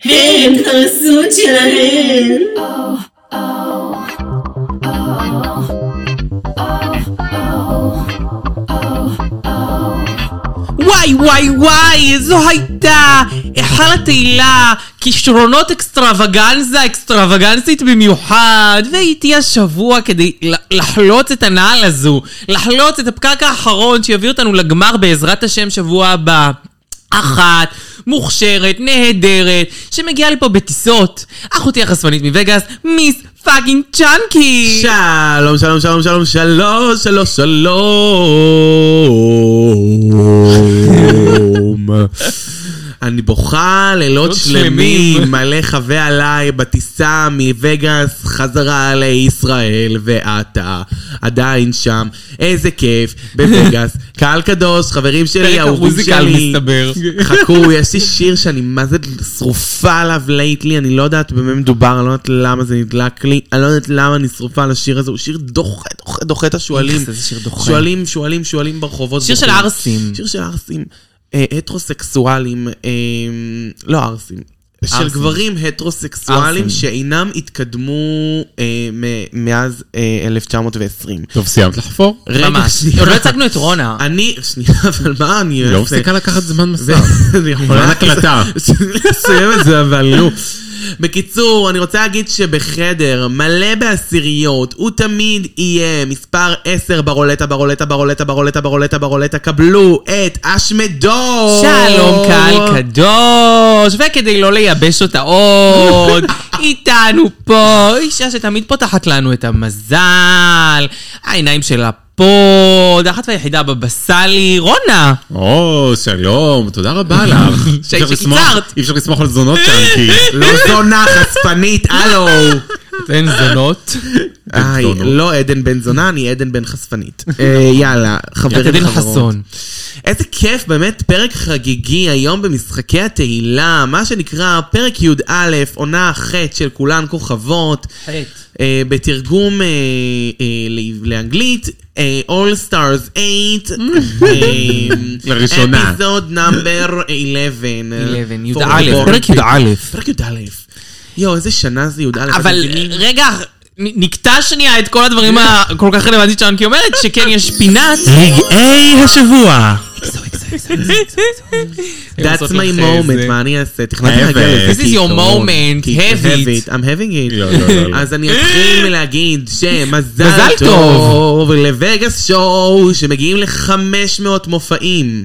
הם חרסות שלהם. וואי וואי וואי, זו הייתה היכל התהילה, כישרונות אקסטרווגנסית במיוחד, והייתי השבוע כדי לחלוץ את הנעל הזו, לחלוץ את הפקק האחרון שיביא אותנו לגמר בעזרת השם שבוע הבא. אחת, מוכשרת, נהדרת, שמגיעה לפה בטיסות. אחותי החשפנית מווגאס, מיס פאקינג צ'אנקי. שלום, שלום, שלום, שלום, שלום, שלום, שלום. אני בוכה לילות שלמים, מלא חווה עליי בטיסה מווגאס חזרה לישראל, ואתה עדיין שם. איזה כיף, בווגאס. קהל קדוש, חברים שלי, אהובים שלי. חכו, יש לי שיר שאני מה זה שרופה עליו לייטלי, אני לא יודעת במה מדובר, אני לא יודעת למה זה נדלק לי, אני לא יודעת למה אני שרופה על השיר הזה, הוא שיר דוחה את השואלים. שואלים ברחובות. שיר של ארסים. שיר של ארסים. הטרוסקסואלים, לא ארסים, של גברים הטרוסקסואלים שאינם התקדמו מאז 1920. טוב, סיימת לחפור? ממש. עוד לא הצגנו את רונה. שנייה, אבל מה אני... לא מפסיקה לקחת זמן מסע. עולה הקלטה. סיים את זה, אבל לא. בקיצור, אני רוצה להגיד שבחדר מלא בעשיריות, הוא תמיד יהיה מספר 10 ברולטה, קבלו את אשמדור. שלום קהל קדוש, וכדי לא לייבש אותה עוד, איתנו פה אישה שתמיד פותחת לנו את המזל, העיניים שלה פה, דחת והיחידה בבסלי, רונה. שלום, תודה רבה לך. שקיצרת. אי אפשר לסמוך על זונות צ'אנקי. לא זונה, חשפנית, הלו. בן זונות. לא עדן בן זונה, אני עדן בן חשפנית. יאללה, חברים חברות. איזה כיף, באמת פרק חגיגי היום במשחקי התהילה, מה שנקרא פרק י"א, עונה ח' של כולן כוכבות. בתרגום לאנגלית, All Stars 8, לראשונה. אפיזוד נאמבר 11. פרק י"א. פרק י"א. איזה שנה זה י"א. אבל רגע, נקטע שנייה את כל הדברים הכל כך רלוונטיים שאני אומרת, שכן יש פינת רגעי השבוע. That's my moment, מה אני אעשה? תכנתי להגיע לזה. This is your moment, have it. I'm having it. אז אני אתחיל מלהגיד שמזל טוב לווגאס שואו, שמגיעים ל-500 מופעים.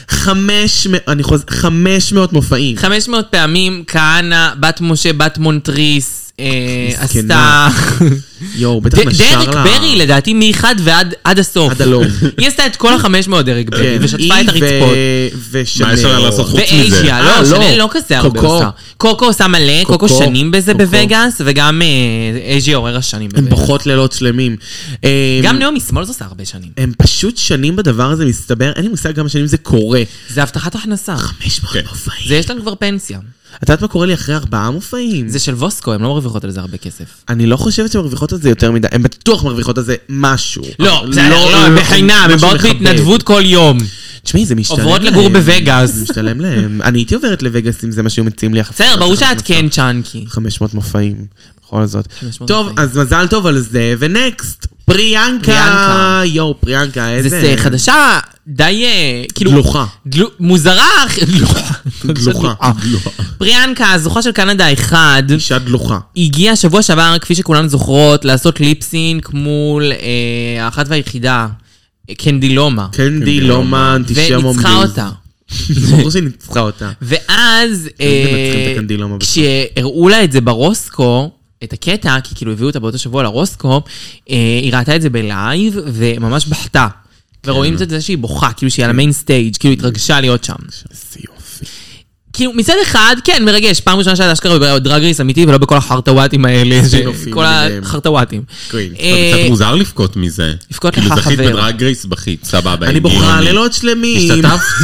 500 מופעים. 500 פעמים כהנה, בת משה, בת מונטריס, עשתה בטח נשר לה. דרק ברי לדעתי מאחד ועד הסוף. עד הלום. היא עשתה את כל ה-500 דרק ברי ושטפה את הרצפות. מה אפשר לעשות חוץ מזה? ואייג'יה, לא, שנל לא כזה הרבה עושה. קוקו עושה מלא, קוקו שנים בזה בווגאס, וגם אייג'יה עורר השנים בווגאס. הם בוכות לילות שלמים. גם נאומי שמאל עושה הרבה שנים. הם פשוט שנים בדבר הזה מסתבר, אין לי מושג כמה שנים זה קורה. זה הבטחת הכנסה. 500 מופעים. זה יש לנו כבר פנסיה. אתה יודעת מה קורה לי אחרי 4 מופעים? זה של ווסקו, הם לא מרוויחות על זה הרבה כסף. אני לא חושבת שהן מרוויחות על זה יותר מדי, הן בטוח מרוויחות על זה משהו. לא, בחינם, הן באות בהתנדבות כל יום. תשמעי, זה משתלם להם. עוברות לגור בווגאס. זה משתלם להם. אני הייתי עוברת לווגאס אם זה מה שהיו מציעים לי. בסדר, ברור שאת כן צ'אנקי. 500 מופעים, בכל זאת. טוב, אז מזל טוב על זה, ונקסט, פריאנקה. פריאנקה, איזה... זה חדשה די, כאילו... דלוחה. מוזרה. דלוחה. פריאנקה, הזוכה של קנדה 1. אישה דלוחה. הגיעה שבוע שעבר, כפי שכולנו זוכרות, לעשות ליפסינק מול האחת והיחידה. קנדילומה. קנדילומה, אנטישם וניצחה אותה. ברור שהיא ניצחה אותה. ואז, כשהראו לה את זה ברוסקו, את הקטע, כי כאילו הביאו אותה באותו שבוע לרוסקו, היא ראתה את זה בלייב, וממש בכתה. ורואים את זה שהיא בוכה, כאילו שהיא על המיין סטייג', כאילו התרגשה להיות שם. יופי. כאילו מצד אחד, כן, מרגש, פעם ראשונה שאת אשכרה בדרג ריס אמיתי, ולא בכל החרטוואטים האלה, כל החרטוואטים. קצת מוזר לבכות מזה. לבכות לך כאילו זכית חבר. בדרג ריס, בכית, סבבה. אני בוכה לילות שלמים.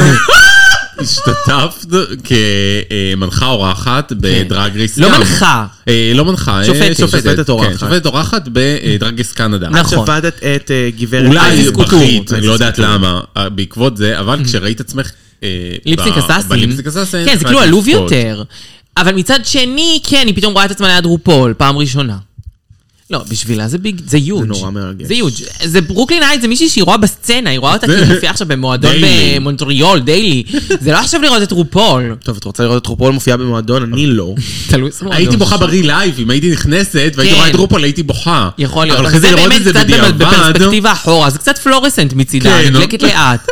השתתפת כמנחה אורחת בדרג ריס. לא מנחה. לא מנחה. שופטת אורחת. שופטת אורחת בדרג ריס קנדה. נכון. שפטת את גברת... אולי בכית, אני לא יודעת למה, בעקבות זה, אבל כשראית עצמך... ליפסינק אסאסין. בליפסינק אסאסין. כן, זה כאילו עלוב יותר. אבל מצד שני, כן, היא פתאום רואה את עצמה ליד רופול, פעם ראשונה. לא, בשבילה זה יוג'. זה נורא מרגש. זה יוג'. זה ברוקלין הייט, זה מישהי שהיא רואה בסצנה, היא רואה אותה כאילו מופיעה עכשיו במועדון במונטריול, דיילי. זה לא עכשיו לראות את רופול. טוב, את רוצה לראות את רופול מופיעה במועדון? אני לא. תלוי סמודון. הייתי בוכה ברי לייב, אם הייתי נכנסת והייתי רואה את רופול, הייתי בוכה. יכול להיות. אבל אחרי זה לראות את זה בדיעבד. בפרספקטיבה אחורה, זה קצת פלורסנט מצידה, נדלקת לאט.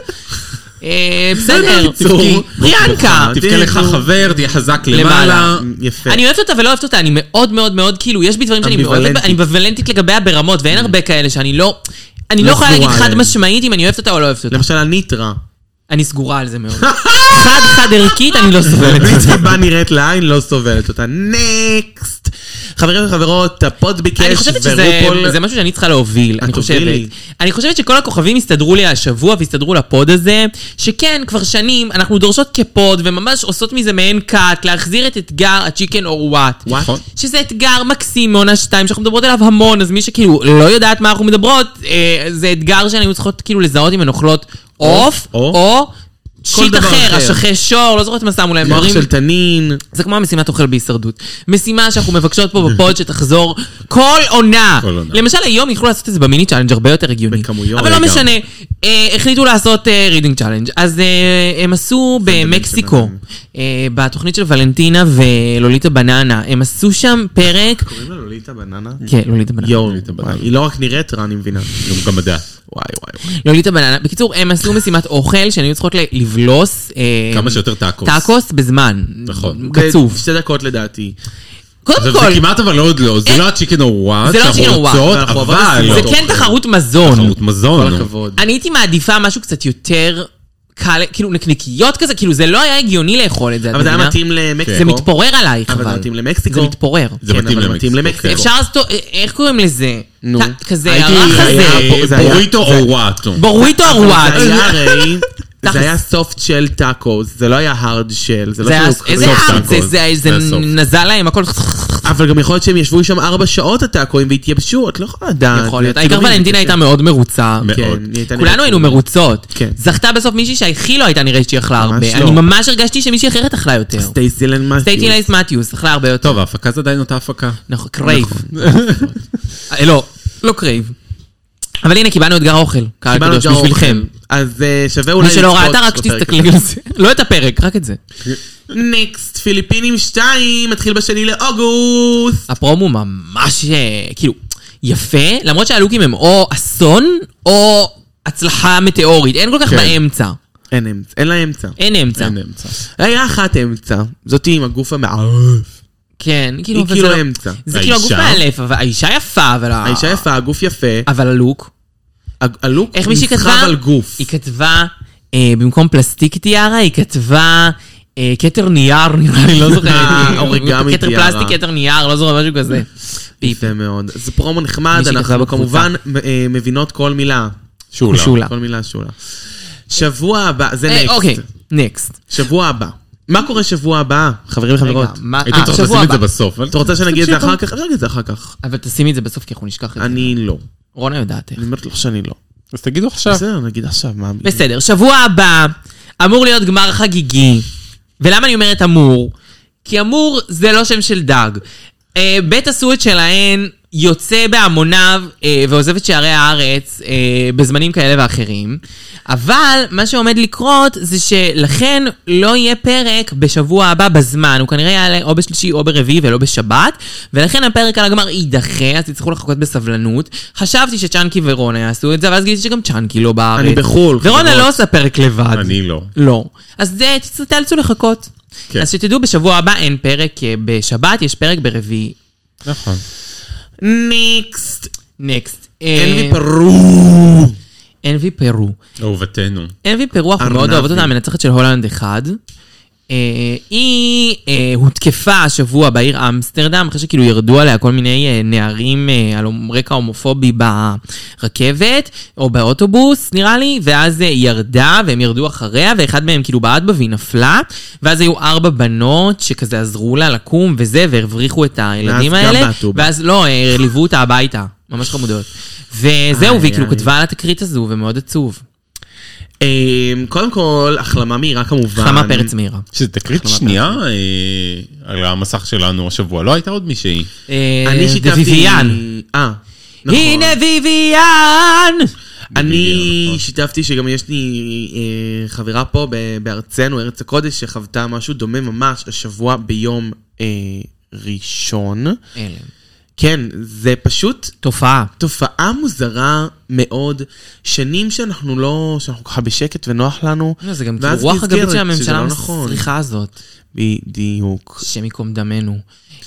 בסדר, פריאנקה. תבכה לך חבר, תהיה חזק למעלה. יפה. אני אוהבת אותה ולא אוהבת אותה, אני מאוד מאוד מאוד, כאילו, יש בי דברים שאני מאוד, אני אמביוולנטית לגביה ברמות, ואין הרבה כאלה שאני לא יכולה להגיד חד משמעית אם אני אוהבת אותה או לא אוהבת אותה. למשל הניטרה. אני סגורה על זה מאוד. חד ערכית, אני לא סובלת. בה נראית לעין, לא סובלת אותה. נקסט. חברים וחברות, הפוד ביקש אני חושבת ורופול... שזה משהו שאני צריכה להוביל, אני חושבת. אני חושבת שכל הכוכבים הסתדרו לי השבוע והסתדרו לפוד הזה, שכן, כבר שנים, אנחנו דורשות כפוד וממש עושות מזה מעין קאט, להחזיר את אתגר הצ'יקן או וואט. שזה אתגר מקסים מעונה 2, שאנחנו מדברות עליו המון, אז מי שכאילו לא יודעת מה אנחנו מדברות, זה אתגר שאני צריכות כאילו לזהות אם הן אוכלות עוף או... שיט אחר, השכי שור, לא זוכרת מה שמו להם. מוח של תנין. זה כמו המשימת אוכל בהישרדות. משימה שאנחנו מבקשות פה בפוד שתחזור כל עונה. למשל היום יכלו לעשות את זה במיני צ'אלנג' הרבה יותר הגיוני. בכמויות. אבל לא משנה, החליטו לעשות רידינג צ'אלנג'. אז הם עשו במקסיקו, בתוכנית של ולנטינה ולוליטה בננה, הם עשו שם פרק... קוראים לה לוליטה בננה? כן, לוליטה בננה. היא לא רק נראית רע, אני מבינה. גם מדע. וואי. לוליטה בננה. בקיצור, הם עשו משימת אוכל שהיו צריכות לבלוס... כמה שיותר טאקוס. טאקוס בזמן. נכון. קצוב. 2 דקות לדעתי. קודם זה כל... כמעט אבל עוד לא, זה לא הצ'יקן או וואט, זה לא הצ'יקן או וואט. אבל... זה כן תחרות מזון. תחרות מזון. כל הכבוד. אני הייתי מעדיפה משהו קצת יותר... קל, כאילו נקניקיות כזה, כאילו זה לא היה הגיוני לאכול את זה. אבל זה היה מתאים למקסיקו. זה מתפורר עלייך, אבל זה מתאים למקסיקו. זה מתפורר. זה מתאים למקסיקו. אפשר לעשות, איך קוראים לזה? נו. כזה הרך הזה. בוריטו או וואט. בוריטו או וואט. זה היה סופט של טאקו, זה לא היה הארד של. איזה הארד? זה נזל להם, הכל... אבל גם יכול להיות שהם ישבו שם 4 שעות הטאקוים והתייבשו, את לא יכולה לדעת. יכול להיות. העיקר ולנטינה הייתה מאוד מרוצה. כולנו היינו מרוצות. זכתה בסוף מישהי שהכי לא הייתה נראית שהיא אכלה הרבה. אני ממש הרגשתי שמישהי אחרת אכלה יותר. סטייסי מתיוס, אכלה הרבה יותר. טוב, ההפקה זה עדיין אותה הפקה. נכון, קרייב. לא קרייב. אבל הנה, קיבלנו אתגר האוכל. קהל קדוש, בשבילכם. אז שווה אולי... מי שלא ראתה, רק שתסתכלי על זה. לא את הפרק, רק את זה. נקסט, פיליפינים 2, מתחיל ב2 לאוגוסט. הפרומו ממש, כאילו, יפה, למרות שהלוקים הם או אסון, או הצלחה מטאורית. אין כל כך באמצע. אין לה אמצע. אין אמצע. היה אחת אמצע. זאתי עם הגוף המערף. כן, כאילו... היא כאילו אמצע. זה כאילו הגוף מאלף, אבל האישה יפה, אבל... האישה יפה, הגוף יפה. אבל הלוק... הלוק איך מישהי נסחב כתבה? על גוף. היא כתבה, במקום פלסטיק טיארה, היא כתבה... כתר נייר, נראה לי, לא זוכרת. אוריגמי כתר טיארה. פלסטיק, כתר נייר, לא זוכרת, משהו כזה. יפה מאוד. זה פרומו נחמד, אנחנו כמובן מבינות כל מילה. שולה. כל מילה שולה. שבוע הבא, זה נקסט. אוקיי, נקסט. שבוע הבא. מה קורה שבוע הבא, חברים וחברות? הייתי צריך לשים את זה בסוף. אתה רוצה שנגיד את זה אחר כך? אפשר להגיד את זה אחר כך. אבל תשימי את זה בסוף, כי אנחנו נשכח את זה. אני לא. רונה יודעת איך. אני אומרת לך שאני לא. אז תגידו עכשיו. בסדר, נגיד עכשיו. בסדר, שבוע הבא אמור להיות גמר חגיגי. ולמה אני אומרת אמור? כי אמור זה לא שם של דג. בית עשו את שלהן יוצא בהמוניו ועוזב את שערי הארץ בזמנים כאלה ואחרים. אבל מה שעומד לקרות זה שלכן לא יהיה פרק בשבוע הבא בזמן. הוא כנראה יעלה או בשלישי או ברביעי ולא בשבת. ולכן הפרק על הגמר יידחה, אז תצטרכו לחכות בסבלנות. חשבתי שצ'אנקי ורונה יעשו את זה, ואז גיליתי שגם צ'אנקי לא בארץ. אני בחול. ורונה לא עושה פרק לבד. אני לא. לא. אז תאלצו לחכות. כן. אז שתדעו, בשבוע הבא אין פרק בשבת, יש פרק ברביעי. נכון. נקסט. אנבי פרו. אהובתנו. אנבי פרו, אנחנו מאוד אוהבות אותה, המנצחת של הולנד 1. היא הותקפה השבוע בעיר אמסטרדם, אחרי שכאילו ירדו עליה כל מיני נערים על רקע הומופובי ברכבת, או באוטובוס נראה לי, ואז היא ירדה, והם ירדו אחריה, ואחד מהם כאילו בעט בה והיא נפלה, ואז היו 4 בנות שכזה עזרו לה לקום וזה, והבריחו את הילדים האלה, ואז לא, ליוו אותה הביתה, ממש חמודות. וזהו, והיא כאילו כתבה על התקרית הזו, ומאוד עצוב. קודם כל, החלמה מהירה כמובן. החלמה פרץ מהירה. שזה תקרית שנייה על המסך שלנו השבוע, לא הייתה עוד מישהי. אני שיתפתי... ויויאן. נכון. הנה ויויאן! אני שיתפתי שגם יש לי חברה פה בארצנו, ארץ הקודש, שחוותה משהו דומה ממש השבוע ביום ראשון. כן, זה פשוט... תופעה מוזרה מאוד. שנים שאנחנו לא... שאנחנו ככה בשקט ונוח לנו. זה גם רוח הגבית של הממשלה המסריחה הזאת. בדיוק. שם יקום דמנו.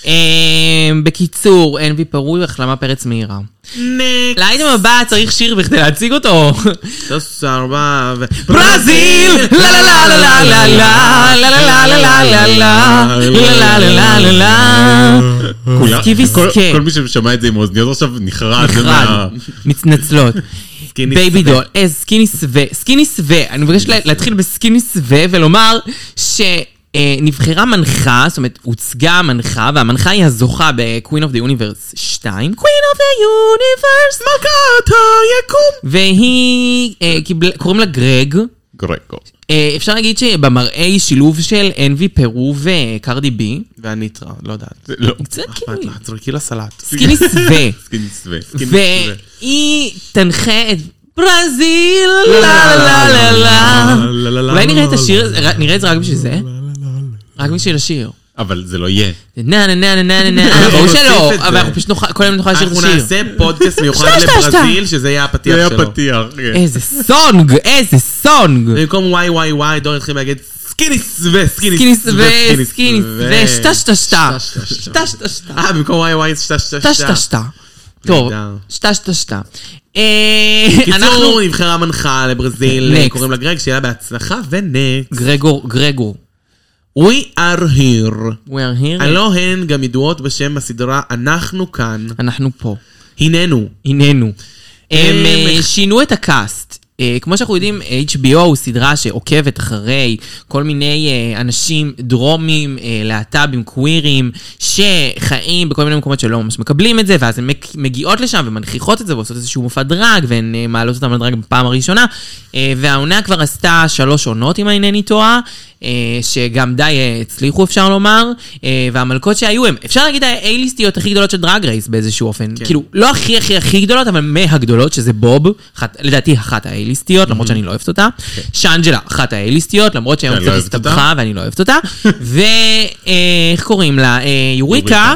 בקיצור, אנבי פרוי, החלמה פרץ מהירה. לאייטם הבא צריך שיר בכדי להציג אותו. תוסרבה ברזיל! לה לה לה לה לה לה לה לה לה לה לה לה לה לה כל מי ששמע את זה עם אוזניות עכשיו נחרד. מצנצלות. בייבי דול, סקיני סווה. אני מבקש להתחיל בסקיני סווה ולומר נבחרה מנחה, זאת אומרת, הוצגה מנחה, והמנחה היא הזוכה ב-Queen of the Universe 2. Queen of the Universe! מלכת היקום! והיא, קוראים לה גרגו. אפשר להגיד שבמראה שילוב של אנבי פרו וקרדי בי. והניטרה, לא יודעת. קצת כאילו. זרקי לסלט. סקיני סווה. והיא תנחה את ברזיל, לה לה לה לה. אולי נראה את השיר, נראה את זה רק בשביל זה? רק בשביל השיר. אבל זה לא יהיה. נה נה נה נה נה. ברור שלא, אבל אנחנו פשוט כל היום נוכל לשיר את השיר. אנחנו נעשה פודקאסט מיוחד לברזיל, שזה יהיה הפתיח שלו. זה הפתיח. איזה סונג, איזה סונג. במקום וואי וואי וואי, דור התחיל להגיד סקיני סווה, סקיני סווה, סקיני סווה, שטה שטה שטה. שטה שטה שטה. במקום וואי וואי, שטה שטה שטה שטה. טוב, שטה שטה שטה. קיצור, נבחרה מנחה לברזיל, קוראים לה גרג, שיהיה לה בהצלחה, ונקס. גרגו. We are here. We are here. הלא הן גם ידועות בשם הסדרה אנחנו כאן. אנחנו פה. הננו. הם שינו את הקאסט. כמו שאנחנו יודעים, HBO הוא סדרה שעוקבת אחרי כל מיני אנשים דרומים, להט"בים, קווירים, שחיים בכל מיני מקומות שלא ממש מקבלים את זה, ואז הן מגיעות לשם ומנכיחות את זה, ועושות איזשהו מופע דרג, והן מעלות אותם לדרג בפעם הראשונה, והעונה כבר עשתה 3 עונות, אם אינני טועה, שגם די הצליחו, אפשר לומר, והמלכות שהיו הם, אפשר להגיד האייליסטיות הכי גדולות של דרג רייס באיזשהו אופן, כאילו, לא הכי גדולות, אבל מהגדולות, שזה בוב, לדעתי אחת האייליסטיות, למרות שאני לא אוהבת אותה, שאנג'לה, אחת האייליסטיות, למרות שהיום קצת הסתבכה, ואני לא אוהבת אותה, ואיך קוראים לה? יוריקה,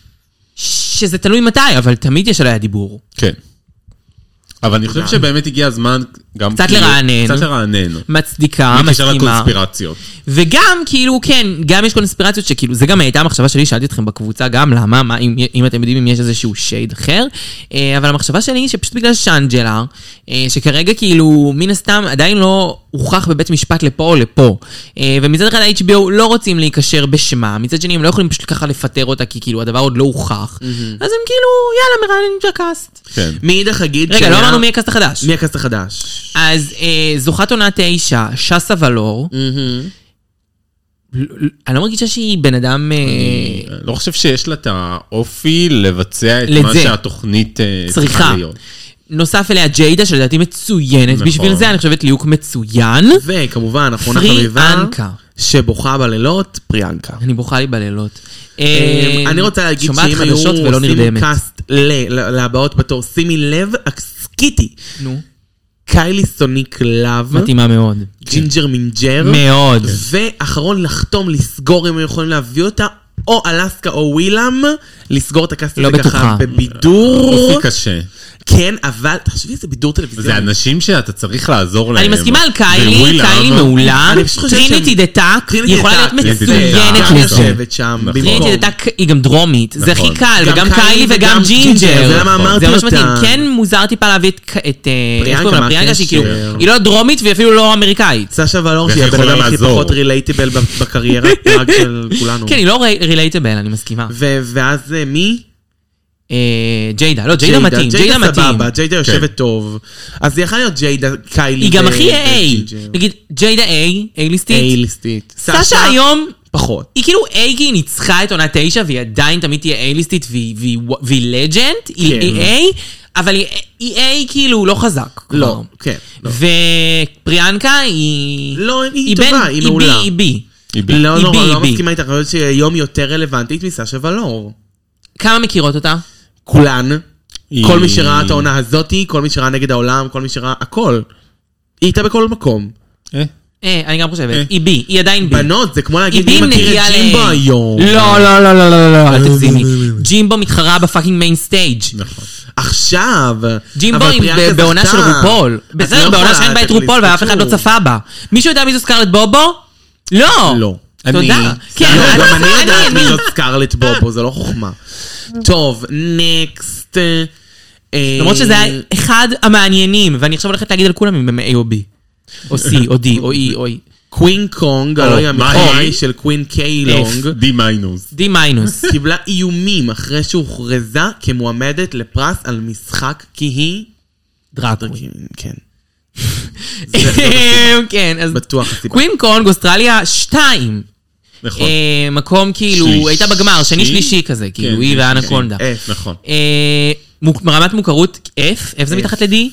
שזה תלוי מתי, אבל תמיד יש עליה דיבור. כן. אבל אני חושב שבאמת הגיע הזמן גם... קצת לרענן. מצדיקה, מקשר לקונספירציות. וגם, כאילו, כן, גם יש קונספירציות שכאילו, זה גם הייתה המחשבה שלי, שאלתי אתכם בקבוצה גם, למה, אם אתם יודעים אם יש איזשהו שייד אחר, אבל המחשבה שלי היא שפשוט בגלל שאנג'לה, שכרגע כאילו, מן הסתם, עדיין לא הוכח בבית משפט לפה או לפה, ומצד אחד ה-HBO לא רוצים להיקשר בשמה, מצד שני הם לא יכולים פשוט ככה לפטר אותה, כי כאילו הדבר עוד לא הוכח, אז הם כאילו, יאללה, מרעננים את הקאסט. מאידך אגיד רגע, לא אמרנו מי הקאסט החדש. מי הקאסט החדש? אז זוכת עונה 9, שסה ולור, אני לא מרגישה שהיא בן אדם... לא חושב שיש לה את האופי לבצע את מה שהתוכנית צריכה להיות. נוסף אליה ג'יידה, שלדעתי מצוינת. בשביל זה אני חושבת ליוק מצוין. וכמובן, אחרונה חביבה, שבוכה בלילות, פריאנקה. אני בוכה לי בלילות. אני רוצה להגיד שאם היו עושים קאסט להבאות בתור, שימי לב, אקסקיטי. נו. קיילי סוניק לב. מתאימה מאוד. ג'ינג'ר מינג'ר. מאוד. ואחרון לחתום, לסגור אם הם יכולים להביא אותה, או אלסקה או ווילם, לסגור את הקאסט הזה ככה בבידור. אופי קשה. כן, אבל תחשבי איזה בידור טלוויזיון. זה אנשים שאתה צריך לעזור להם. אני מסכימה על קיילי, קיילי מעולה. טריניטי דטאק יכולה להיות מצוינת לזה. טריניטי דטאק היא גם דרומית, זה הכי קל, וגם קיילי וגם ג'ינג'ר. זה ממש מתאים. כן מוזר טיפה להביא את פריאנקה, שהיא כאילו, היא לא דרומית והיא אפילו לא אמריקאית. סשה ולור, שהיא הבן אדם הכי פחות רילייטבל בקריירה, של כולנו. כן, היא לא רילייטבל, אני מסכימה. ואז מי? ג'יידה, לא, ג'יידה מתאים, ג'יידה מתאים. ג'יידה יושבת טוב. אז זה יכול להיות ג'יידה, קיילי. היא גם הכי A. נגיד, ג'יידה A-ליסטית. סשה היום פחות. היא כאילו A כי היא ניצחה את עונה 9, והיא עדיין תמיד תהיה A-ליסטית, והיא לג'נד, היא A, אבל EA כאילו לא חזק. לא, כן. ופריאנקה היא... לא, היא טובה, היא מעולה. היא בי. לא מסכימה איתך, אני חושבת שהיום יותר רלוונטית מסשה ולור. כמה מכירות אותה? כולן. כל מי שראה את העונה הזאתי, כל מי שראה נגד העולם, כל מי שראה הכל. היא הייתה בכל מקום. אני גם חושבת. היא בי, היא עדיין בי. בנות, זה כמו להגיד מי מכיר את ג'ימבו היום. לא, אל תגזימי. ג'ימבו מתחרה בפאקינג מיין סטייג'. נכון. עכשיו. ג'ימבו בעונה של רופול. בסדר, בעונה שאין בה את רופול ואף אחד לא צפה בה. מישהו יודע מי זו סקרלט בובו? לא. לא. תודה. גם אני יודעת מי זאת סקרלט בובו, זה לא חוכמה. טוב, נקסט. למרות שזה היה אחד המעניינים, ואני עכשיו הולכת להגיד על כולם אם הם A או B. או C, או D, או E, או E. קווין קונג, הלוא המחוי של קווין קיי לונג. D-. קיבלה איומים אחרי שהוכרזה כמועמדת לפרס על משחק, כי היא... דרקווין. כן. כן, אז... בטוח הסיבה. קווין קונג, אוסטרליה 2. נכון. מקום כאילו, הייתה בגמר, שני שלישי כזה, כאילו, היא והאנקונדה. נכון. רמת מוכרות F, F זה מתחת ל-D?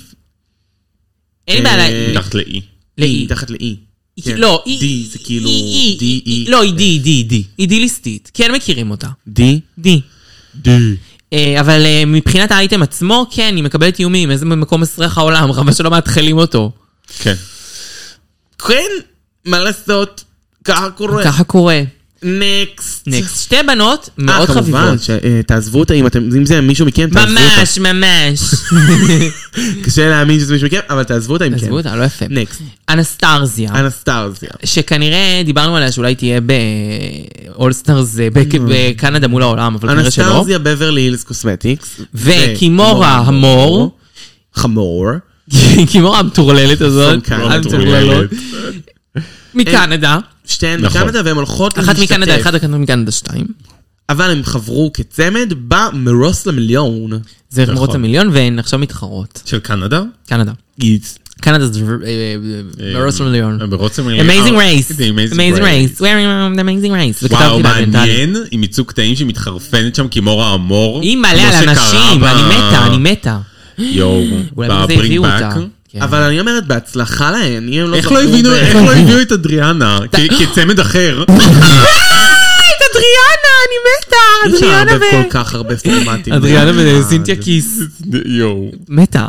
אין בעיה. מתחת ל-E. מתחת ל-E. לא, D זה כאילו... D, לא, היא D. היא D ליסטית. כן מכירים אותה. D? D. אבל מבחינת האייטם עצמו, כן, היא מקבלת איומים. איזה מקום מסריח העולם, חבל שלא מאתחלים אותו. כן. כן, מה לעשות? ככה קורה. נקסט. שתי בנות מאוד חביבות. כמובן, תעזבו אותה, אם זה מישהו מכם, תעזבו אותה. ממש. קשה להאמין שזה מישהו מכם, אבל תעזבו אותה אם כן. תעזבו אותה, לא יפה. נקסט. אנסטרזיה. שכנראה דיברנו עליה שאולי תהיה באולסטארס בקנדה מול העולם, אבל כנראה שלא. אנסטרזיה בברלי הילס קוסמטיקס. וקימורה המור. חמור. קימורה המטורללת הזאת. המטורללות. מקנדה. שתיהן מקנדה והן הולכות להשתתף. אחת מקנדה, אחת מקנדה 2. אבל הם חברו כצמד במרוץ למיליון. זה מרוץ למיליון והן עכשיו מתחרות. של קנדה? קנדה. קנדה זה מרוץ למיליון. מרוץ למיליון. Amazing Race. Amazing Race. Amazing Race. וואו, מעניין עם ייצוג קטעים שמתחרפנת שם קימורה המור. היא מלא על אנשים, אני מתה. יואו, בברינג בק. אבל אני אומרת בהצלחה להן. איך לא הביאו את אדריאנה כצמד אחר? את אדריאנה, אני מתה. אפשר הרבה כל כך הרבה פורמטים. אדריאנה וסינתיה כיס. יואו. מתה.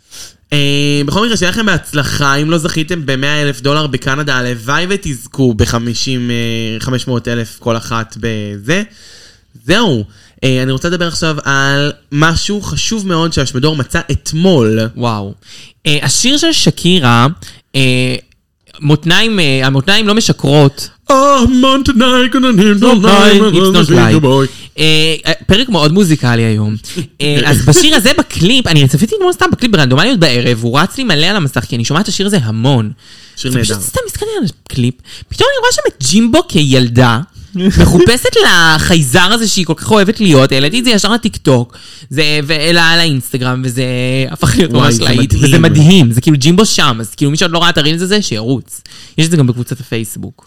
בכל מקרה שיהיה לכם בהצלחה, אם לא זכיתם $100,000 בקנדה, הלוואי ותזכו ב$500,000 כל אחת בזה. זהו. אני רוצה לדבר עכשיו על משהו חשוב מאוד שהשמדור מצא אתמול. וואו. השיר של שקירה, המותניים לא משקרות. פרק מאוד מוזיקלי היום. אז בשיר הזה בקליפ, אני צפיתי כמו סתם בקליפ ברנדומליות בערב, הוא רץ לי מלא על המסך, כי אני שומעת את השיר הזה המון. שיר נהדר. פשוט סתם מסתכלתי על הקליפ, פתאום אני רואה שם את ג'ימבו כילדה, מחופשת לחייזר הזה שהיא כל כך אוהבת להיות, העליתי את זה ישר לטיקטוק, ואלה על האינסטגרם, וזה הפך להיות ממש להיט, וזה מדהים, זה כאילו ג'ימבו שם, אז כאילו מי שעוד לא ראה את הרילס הזה, שירוץ. יש את זה גם בקבוצת הפייסבוק.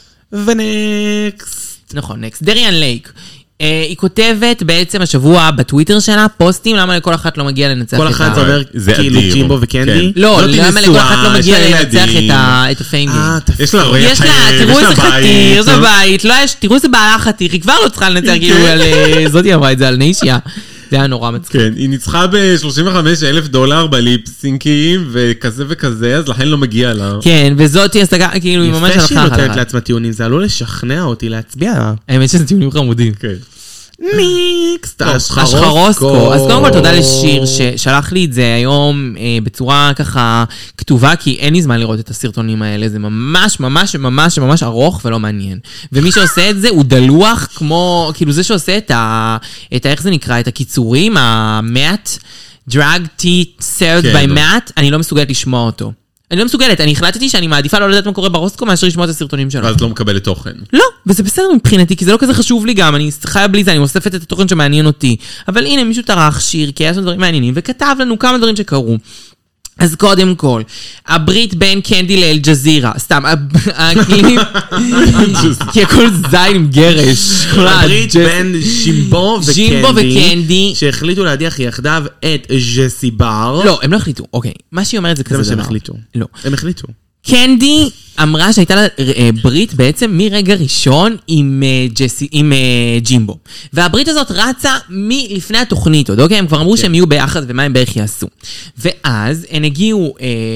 ונקסט. נכון, נקסט. דריאן לייק. היא כותבת בעצם השבוע בטוויטר שלה פוסטים למה לכל אחת לא מגיע לנצח את כל אחת זה כאילו ג'ימבו וקנדי? לא, למה לכל אחת לא מגיע לנצח את הפיימגים. יש לה ריח, תראו איזה חתיר, זה בית, תראו איזה בעלה חתיר, היא כבר לא צריכה לנצח כאילו על זאתי אמרה את זה, על נישיה. זה היה נורא מצחיק. כן, היא ניצחה $35,000 בליפסינקים וכזה וכזה, אז לכן לא מגיע לה. כן, וזאתי השגה, כאילו היא ממש הלכה יפה שהיא נותנת לעצמה טיעונים, זה עלול לשכנע אותי להצביע. האמת שזה טיעונים חמודים. כן. ניקסט, אשחרוסקו. אז קודם כל תודה לשיר ששלח לי את זה היום בצורה ככה כתובה, כי אין לי זמן לראות את הסרטונים האלה, זה ממש ממש ממש ממש ארוך ולא מעניין. ומי שעושה את זה הוא דלוח כמו, כאילו זה שעושה את איך זה נקרא, את הקיצורים, המאט, drag tea served by מאט, אני לא מסוגלת לשמוע אותו. אני לא מסוגלת, אני החלטתי שאני מעדיפה לא לדעת מה קורה ברוסקו מאשר לשמוע את הסרטונים שלו. ואז לא מקבלת תוכן. לא, וזה בסדר מבחינתי, כי זה לא כזה חשוב לי גם, אני חיה בלי זה, אני מוספת את התוכן שמעניין אותי. אבל הנה, מישהו טרח שיר, כי היה שם דברים מעניינים, וכתב לנו כמה דברים שקרו. אז קודם כל, הברית בין קנדי לאל-ג'זירה, סתם, הקליפ, כי הכל זין עם גרש. הברית בין ג'ימבו וקנדי, שהחליטו להדיח יחדיו את ג'סי בר. לא, הם לא החליטו, אוקיי. מה שהיא אומרת זה כזה דבר. זה מה שהם החליטו. לא. הם החליטו. קנדי אמרה שהייתה לה ברית בעצם מרגע ראשון עם ג'ימבו. והברית הזאת רצה מלפני התוכנית עוד, אוקיי? הם כבר אמרו שהם יהיו ביחד ומה הם בערך יעשו. ואז הם הגיעו,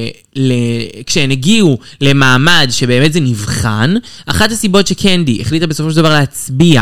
כשהם הגיעו למעמד שבאמת זה נבחן, אחת הסיבות שקנדי החליטה בסופו של דבר להצביע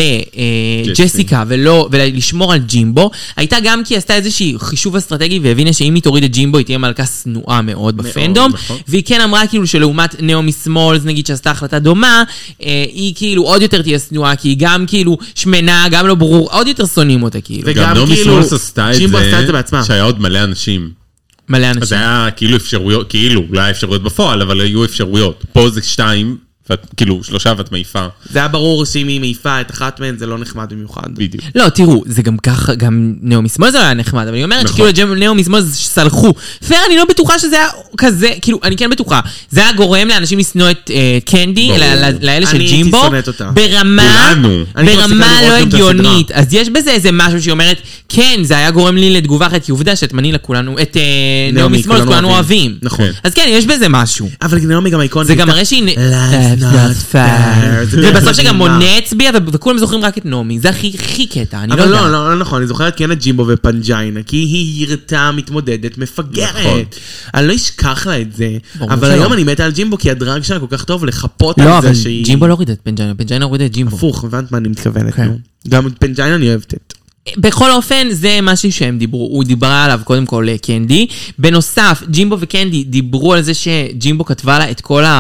לג'סיקה ולשמור על ג'ימבו, הייתה גם כי היא עשתה איזושהי חישוב אסטרטגי והבינה שאם היא תוריד את ג'ימבו היא תהיה מלכה שנואה מאוד בפנדום, והיא כן אמרה כאילו שלעומת נעמי סמולס, נגיד שעשתה החלטה דומה, היא כאילו עוד יותר תהיה שנואה, כי היא גם כאילו שמנה, גם לא ברור, עוד יותר שונאים אותה כאילו. וגם נעמי סמולס עשתה את זה, שהיה עוד מלא אנשים. מלא אנשים. אז זה היה כאילו אפשרויות, כאילו, לא היה אפשרויות בפועל, אבל היו אפשרויות. פה זה 2, כאילו 3 ואת מעיפה. זה היה ברור שאם היא מעיפה את אחת מהן, זה לא נחמד במיוחד. בדיוק. לא, תראו, זה גם ככה, גם נעמי סמולס זה לא היה נחמד, אבל היא אומרת שכאילו נעמי סמולס סלחו. פייר, אני לא בטוחה שזה היה כזה, כאילו, אני כן בטוחה. זה היה גורם לאנשים לשנוא את קנדי, לאלה של ג'ימבו, ברמה לא הגיונית. אז יש בזה איזה משהו שהיא אומרת, כן, זה היה גורם לי לתגובה אחת, כי עובדה שאת נעמי סמולס כולנו אוהבים. אז כן, יש בזה משהו. אבל נעמי גם אייקונית. זה גם מראה שהיא not fair. ובסוף שגם מונה הצביע, וכולם זוכרים רק את נעמי. זה הכי קטע, אני לא יודע. אבל לא נכון, אני זוכרת כן את ג'ימבו ופנג'יינה, כי היא ירתה מתמודדת מפגרת. אני לא אשכח לה את זה, אבל היום אני מתה על ג'ימבו, כי הדרג שלה כל כך טוב לחפות על זה שהיא... ג'ימבו לא הוריד את פנג'יינה, פנג'יינה הוריד את ג'ימבו. הפוך, הבנת מה אני מתכוונת. גם את פנג'יינה אני אוהבת את. בכל אופן, זה משהו שהם דיברו, הוא דיברה עליו קודם כל לקנדי. בנוסף, ג'ימבו וקנדי דיברו על זה שג'ימבו כתבה לה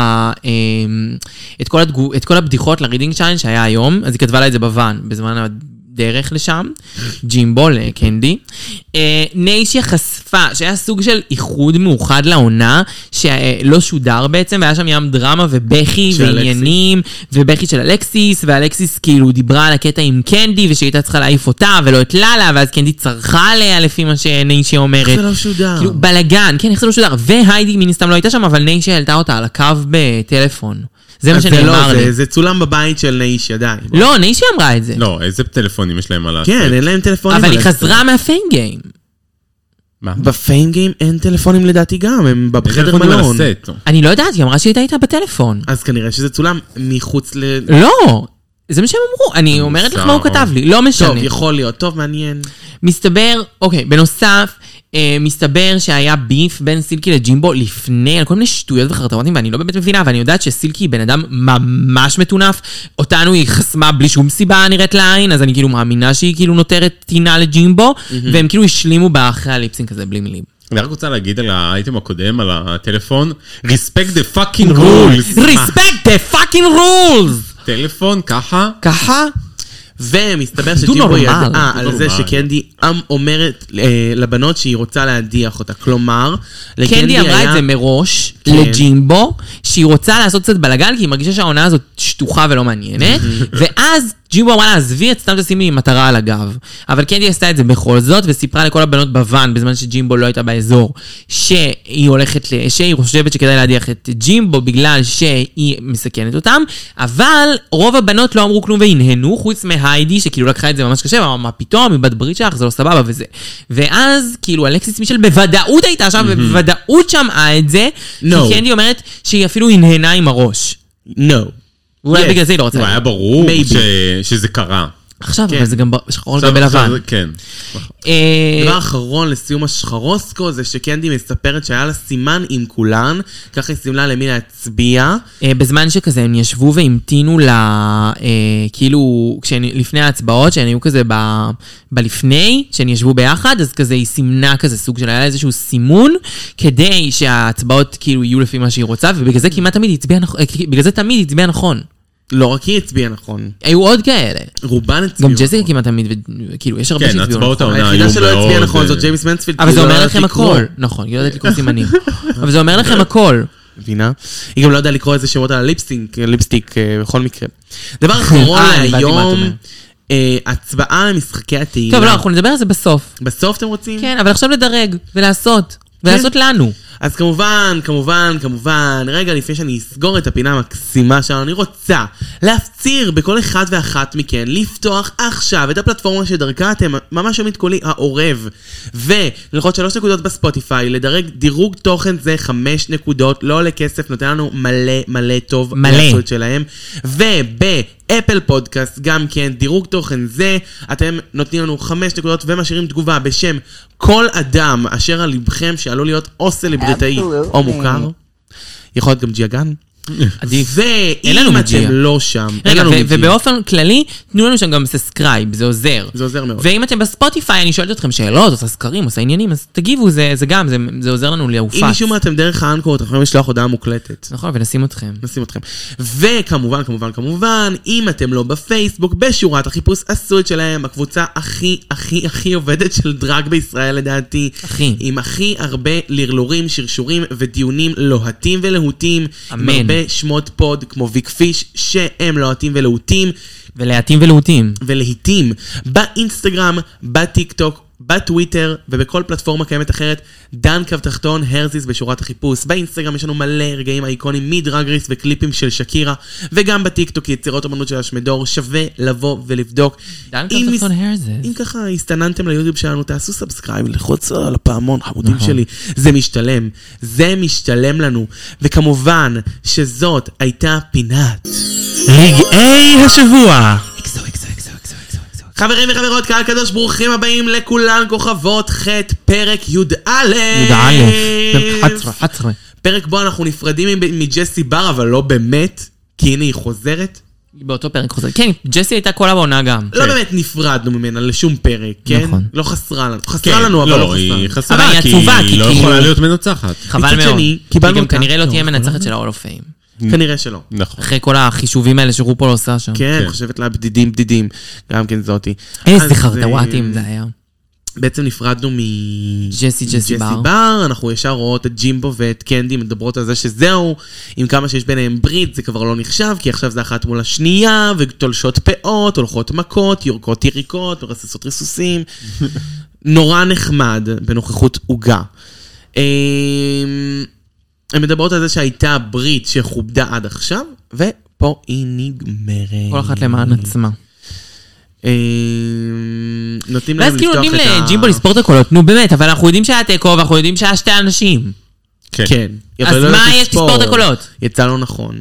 את כל הבדיחות לרידינג צ'אלנג' שהיה היום, אז היא כתבה לה את זה בוואן, בזמן דרך לשם, ג'ימבו לקנדי. ניישיה חשפה שהיה סוג של איחוד מאוחד לעונה, שלא שודר בעצם, והיה שם ים דרמה ובכי ועניינים, ובכי של אלקסיס, ואלקסיס כאילו דיברה על הקטע עם קנדי, ושהייתה צריכה להעיף אותה, ולא את ללה, ואז קנדי צרחה עליה לפי מה שניישיה אומרת. איך זה לא שודר? כאילו בלגן, כן, איך זה לא שודר? והיידי מן הסתם לא הייתה שם, אבל ניישיה העלתה אותה על הקו בטלפון. זה מה שנאמר לי. זה צולם בבית של ניישיה, די. לא, ניישיה אמרה את זה. לא, איזה טלפונים יש להם על הסט? כן, אין להם טלפונים. אבל היא חזרה מהפיין גיים. מה? בפיין גיים אין טלפונים לדעתי גם, הם בחדר מלון. אני לא יודעת, היא אמרה שהיא הייתה בטלפון. אז כנראה שזה צולם מחוץ ל... לא, זה מה שהם אמרו. אני אומרת לך מה הוא כתב לי, לא משנה. טוב, יכול להיות, טוב, מעניין. מסתבר, אוקיי, בנוסף, מסתבר שהיה ביף בין סילקי לג'ימבו לפני, על כל מיני שטויות וחרטמותים, ואני לא באמת מבינה, ואני יודעת שסילקי בן אדם ממש מטונף, אותנו היא חסמה בלי שום סיבה נראית לעין, אז אני כאילו מאמינה שהיא כאילו נותרת טינה לג'ימבו, והם כאילו השלימו באחרי הליפסינג כזה בלי מילים. אני רק רוצה להגיד על האייטם הקודם, על הטלפון, respect the fucking rules. respect the fucking rules! טלפון, ככה? ככה? ומסתבר שג'ימבו ידעה על זה שקנדי אומרת לבנות שהיא רוצה להדיח אותה. כלומר, קנדי אמרה את זה מראש לג'ימבו, שהיא רוצה לעשות קצת בלגן, כי היא מרגישה שהעונה הזאת שטוחה ולא מעניינת, ואז ג'ימבו אמרה לה, עזבי, את סתם תשימי לי מטרה על הגב. אבל קנדי עשתה את זה בכל זאת, וסיפרה לכל הבנות בוואן, בזמן שג'ימבו לא הייתה באזור, שהיא חושבת שכדאי להדיח את ג'ימבו, בגלל שהיא מסכנת אותם, אבל רוב הבנות לא אמרו כלום והנהנו, חוץ מהיידי, שכאילו לקחה את זה ממש קשה, ואמרה, מה פתאום, היא בת ברית שלך, זה לא סבבה וזה. ואז, כאילו, אלקסיס מישל בוודאות הייתה שם, ובוודאות שמעה את זה, כי קנדי אומרת שהיא אפילו הנהנה עם הראש. ואולי בגלל זה היא לא רוצה. הוא היה ברור שזה קרה. עכשיו, אבל זה גם שחור על גבי לבן. כן. דבר אחרון לסיום השחרוסקו, זה שקנדי מספרת שהיה לה סימן עם כולן, ככה היא סימלה למי להצביע. בזמן שכזה הם ישבו והמתינו כאילו, לפני ההצבעות, שהן היו כזה בלפני, שהן ישבו ביחד, אז כזה היא סימנה כזה סוג של, היה לה איזשהו סימון, כדי שההצבעות כאילו יהיו לפי מה שהיא רוצה, ובגלל זה כמעט תמיד הצביע נכון. לא רק היא הצביעה נכון. היו עוד כאלה. רובן הצביעו גם ג'סיקה כמעט תמיד, כאילו, יש הרבה שהצביעו נכון. כן, הצבעות העונה היו מאוד... היחידה שלא הצביעה נכון, זאת ג'יימס מנספילד. אבל זה אומר לכם הכל. נכון, היא לא יודעת לקרוא סימנים. אבל זה אומר לכם הכל. מבינה? היא גם לא יודעת לקרוא איזה שמות על הליפסטיק בכל מקרה. דבר אחרון להיום, הצבעה למשחקי התהילה. טוב, לא, אנחנו נדבר על זה בסוף. בסוף אתם רוצים? כן, אבל עכשיו לדרג ולעשות. ולעשות לנו. אז כמובן, רגע לפני שאני אסגור את הפינה המקסימה שלנו, אני רוצה להפציר בכל אחד ואחת מכן לפתוח עכשיו את הפלטפורמה שדרכה אתם ממש שומעים את קולי העורב, וללחוץ 3 נקודות בספוטיפיי, לדרג דירוג תוכן זה 5 נקודות, לא עולה כסף, נותן לנו מלא טוב לעשות שלהם, אפל פודקאסט, גם כן, דירוג תוכן זה, אתם נותנים לנו 5 נקודות ומשאירים תגובה בשם כל אדם אשר על לבכם שעלול להיות או סלבריטאי או מוכר. יכול להיות גם ג'יאגן. ואם אתם לא שם, רגע, ובאופן כללי, תנו לנו שם גם סאסקרייב, זה עוזר. זה עוזר מאוד. ואם אתם בספוטיפיי, אני שואלת אתכם שאלות, עושה סקרים, עושה עניינים, אז תגיבו, זה גם, זה עוזר לנו להופץ. אם מישהו אתם דרך האנקור, אתם יכולים לשלוח הודעה מוקלטת. נכון, ונשים אתכם. וכמובן, אם אתם לא בפייסבוק, בשורת החיפוש עשו את שלהם, הקבוצה הכי עובדת של דרג בישראל, לדעתי. עם הכי הרבה לרלורים, שרשורים ודיונים לוהטים ולהוטים. אמן. בשמות פוד כמו ויק פיש שהם לוהטים ולהוטים ולהיטים באינסטגרם, בטיק טוק, בטוויטר ובכל פלטפורמה קיימת אחרת. דן קו תחתון הרזיס בשורת החיפוש. באינסטגרם יש לנו מלא רגעים אייקונים מדרג רייס וקליפים של שקירה, וגם בטיק טוק יצירות אמנות של השמדור. שווה לבוא ולבדוק. דן קו תחתון הרזיס. אם ככה הסתננתם ליוטיוב שלנו, תעשו סאבסקרייב, לחוץ על הפעמון, חמודים שלי. זה משתלם לנו. וכמובן שזאת הייתה פינת רגעי השבוע. חברים וחברות, קהל קדוש, ברוכים הבאים לכולן כוכבות ח' פרק י"א. פרק בו אנחנו נפרדים מג'סי בר, אבל לא באמת, כי הנה היא חוזרת. באותו פרק חוזרת. כן, ג'סי הייתה כל העונה גם. לא באמת נפרדנו ממנה לשום פרק, כן? לא חסרה לנו. חסרה לנו, אבל לא חסרה. אבל היא עצובה, כי היא לא יכולה להיות מנצחת. חבל מאוד. היא גם כנראה לא תהיה מנצחת של ה-Hall of Fame. כנראה שלא. נכון. אחרי כל החישובים האלה שרופול עושה שם. כן, חושבת לה בדידים. גם כן זאתי. איזה חרטוואטים זה היה. בעצם נפרדנו ג'סי בר. אנחנו ישר רואות את ג'ימבו ואת קנדי מדברות על זה שזהו, עם כמה שיש ביניהם ברית, זה כבר לא נחשב, כי עכשיו זה אחת מול השנייה, ותולשות פאות, הולכות מכות, יורקות יריקות, מרססות ריסוסים. נורא נחמד בנוכחות עוגה. הן מדברות על זה שהייתה ברית שכובדה עד עכשיו, ופה היא נגמרת. כל אחת למען עצמה. נותנים להם לפתוח את ה... ואז כאילו נותנים לג'ימבו לספור את הקולות, נו באמת, אבל אנחנו יודעים שהיה תיקו, ואנחנו יודעים שהיה 2 אנשים. כן. אז מה יש לספור את הקולות? יצא לא נכון.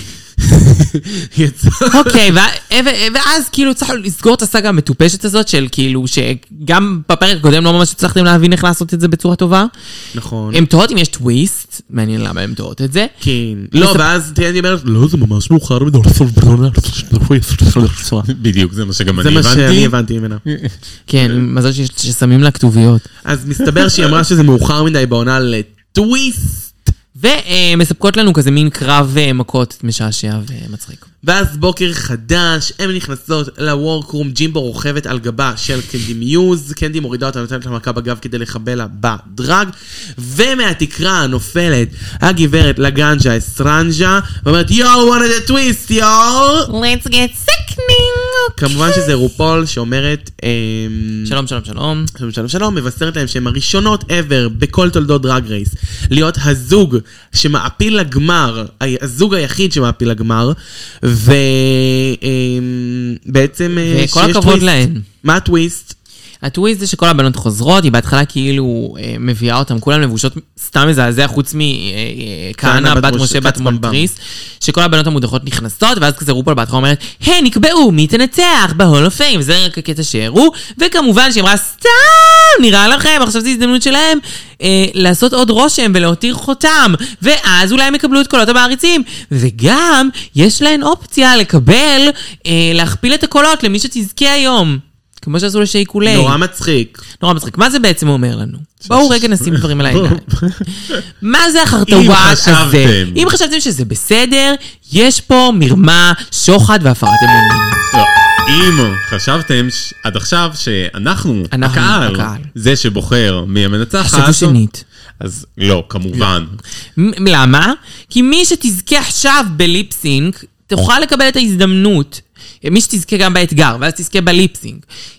אוקיי, ואז כאילו צריך לסגור את הסאגה המטופשת הזאת של כאילו שגם בפרק הקודם לא ממש הצלחתם להבין איך לעשות את זה בצורה טובה. נכון. הם תוהות אם יש טוויסט, מעניין למה הם תוהות את זה. כן. לא, ואז תהייתי אומרת, לא, זה ממש מאוחר מדי. בדיוק, זה מה שגם אני הבנתי. זה מה שאני הבנתי ממנה. כן, מזל ששמים לה כתוביות. אז מסתבר שהיא אמרה שזה מאוחר מדי בעונה לטוויסט. ומספקות לנו כזה מין קרב מכות משעשע ומצחיק. ואז בוקר חדש, הן נכנסות לוורקרום, ג'ימבו רוכבת על גבה של קנדי מיוז, קנדי מורידה אותה, נותנת לה מכה בגב כדי לחבל לה בדרג, ומהתקרה נופלת הגברת לגנג'ה אסטרנג'ה, ואומרת, יו, wanted a twist, יו! Let's get sickening! כמובן שזה רופול שאומרת, שלום, מבשרת להם שהן הראשונות ever בכל תולדות דרג רייס, להיות הזוג שמעפיל לגמר, הזוג היחיד שמעפיל לגמר, ובעצם וכל הכבוד להן. מה הטוויסט? הטוויסט זה שכל הבנות חוזרות, היא בהתחלה כאילו מביאה אותם, כולן לבושות סתם מזעזע, חוץ מכהנה, בת משה, בת מונטריס, שכל הבנות המודחות נכנסות, ואז כזה רופול בהתחלה אומרת, הן נקבעו מי תנצח בהול אוף פיים, וזה רק הקטע שהראו, וכמובן שהיא אמרה, סתם, נראה לכם, עכשיו זו הזדמנות שלהם, לעשות עוד רושם ולהותיר חותם, ואז אולי הם יקבלו את קולות המעריצים, וגם יש להן אופציה לקבל, להכפיל את הקולות למי שתזכה היום. כמו שעשו לשיקולי. נורא מצחיק. מה זה בעצם אומר לנו? בואו רגע נשים דברים על העיניים. מה זה החרטוואט הזה? אם חשבתם שזה בסדר, יש פה מרמה, שוחד והפרת אמונים. אם חשבתם עד עכשיו שאנחנו, הקהל, זה שבוחר מי המנצחת, חשבו שנית. אז לא, כמובן. למה? כי מי שתזכה עכשיו בליפסינק, תוכל לקבל את ההזדמנות, מי שתזכה גם באתגר, ואז תזכה בליפסינג,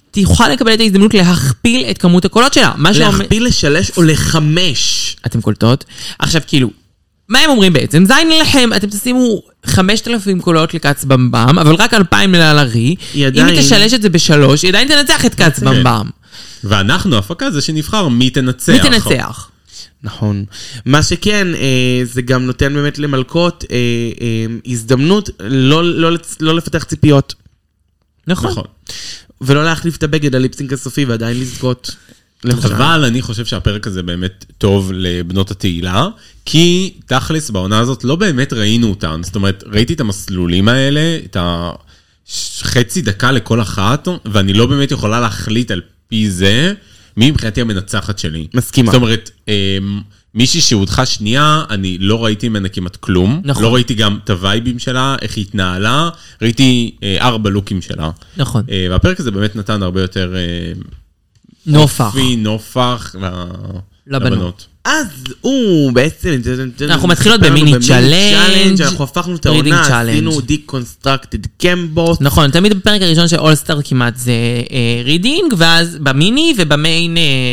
תוכל לקבל את ההזדמנות להכפיל את כמות הקולות שלה. להכפיל, לשלש או לחמש. אתם קולטות? עכשיו כאילו, מה הם אומרים בעצם? זין לכם, אתם תשימו 5,000 קולות לקץ במבם, אבל רק 2,000 ללרי. אם היא תשלש את זה ב3, היא עדיין תנצח את קץ במבם. ואנחנו, הפקה זה שנבחר מי תנצח. מי תנצח? נכון. מה שכן, זה גם נותן באמת למלכות הזדמנות לא לפתח ציפיות. נכון. ולא להחליף את הבגד הליפסינק הסופי ועדיין לזכות. אבל אני חושב שהפרק הזה באמת טוב לבנות התהילה, כי תכלס בעונה הזאת לא באמת ראינו אותן. זאת אומרת, ראיתי את המסלולים האלה, את החצי דקה לכל אחת, ואני לא באמת יכולה להחליט על פי זה, מי מבחינתי המנצחת שלי. מסכימה. זאת אומרת, מישהי שהודחה שנייה, אני לא ראיתי ממנה כמעט כלום. נכון. לא ראיתי גם את הווייבים שלה, איך היא התנהלה, ראיתי 4 לוקים שלה. נכון. והפרק הזה באמת נתן הרבה יותר... נופח. נופח לבנות. אז הוא בעצם... אנחנו מתחילות במיני צ'אלנג'. אנחנו הפכנו את העונה, עשינו דיקונסטרקטד קמבוס. נכון, תמיד בפרק הראשון של אולסטאר כמעט זה רידינג, ואז במיני ובמיין...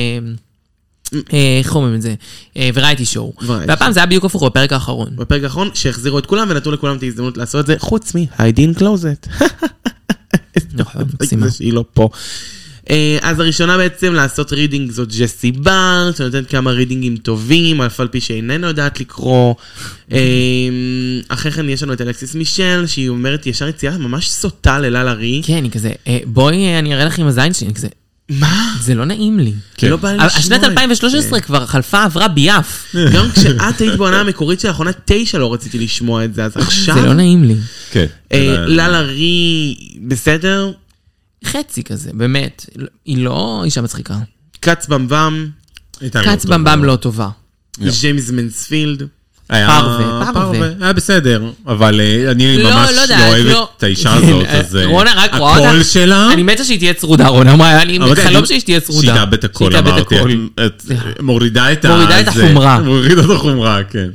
איך אומרים את זה? ורייטי שואו. והפעם זה היה בדיוק הפוך בפרק האחרון. בפרק האחרון שהחזירו את כולם ונתנו לכולם את ההזדמנות לעשות את זה, חוץ מהיידין קלוזט. נכון, מקסימה. שהיא לא פה. אז הראשונה בעצם לעשות רידינג זאת ג'סי בר, שנותנת כמה רידינגים טובים, אף על פי שאיננו יודעת לקרוא. אחרי כן יש לנו את אלכסיס מישל, שהיא אומרת ישר יציאה ממש סוטה ללרי. כן, היא כזה, בואי אני אראה לך עם הזין שלי, כזה. מה? זה לא נעים לי. לא בא לי לשמוע את זה. השנת 2013 כבר עברה ביף. גם כשאת היית בעונה המקורית של האחרונה 9 לא רציתי לשמוע את זה, אז עכשיו... זה לא נעים לי. כן. ללרי בסדר? חצי כזה, באמת. היא לא אישה מצחיקה. קץ במבם. קץ במבם לא טובה. ג'יימס מנספילד. פרווה. היה בסדר, אבל אני ממש לא אוהבת את האישה הזאת, אז רונה רק רואה אותה. הקול שלה... אני מתה שהיא תהיה צרודה, רונה אמרה, אני חלום שהיא תהיה צרודה. שהיא תאבד את הקול, אמרתי. מורידה את החומרה. מורידה את החומרה, כן.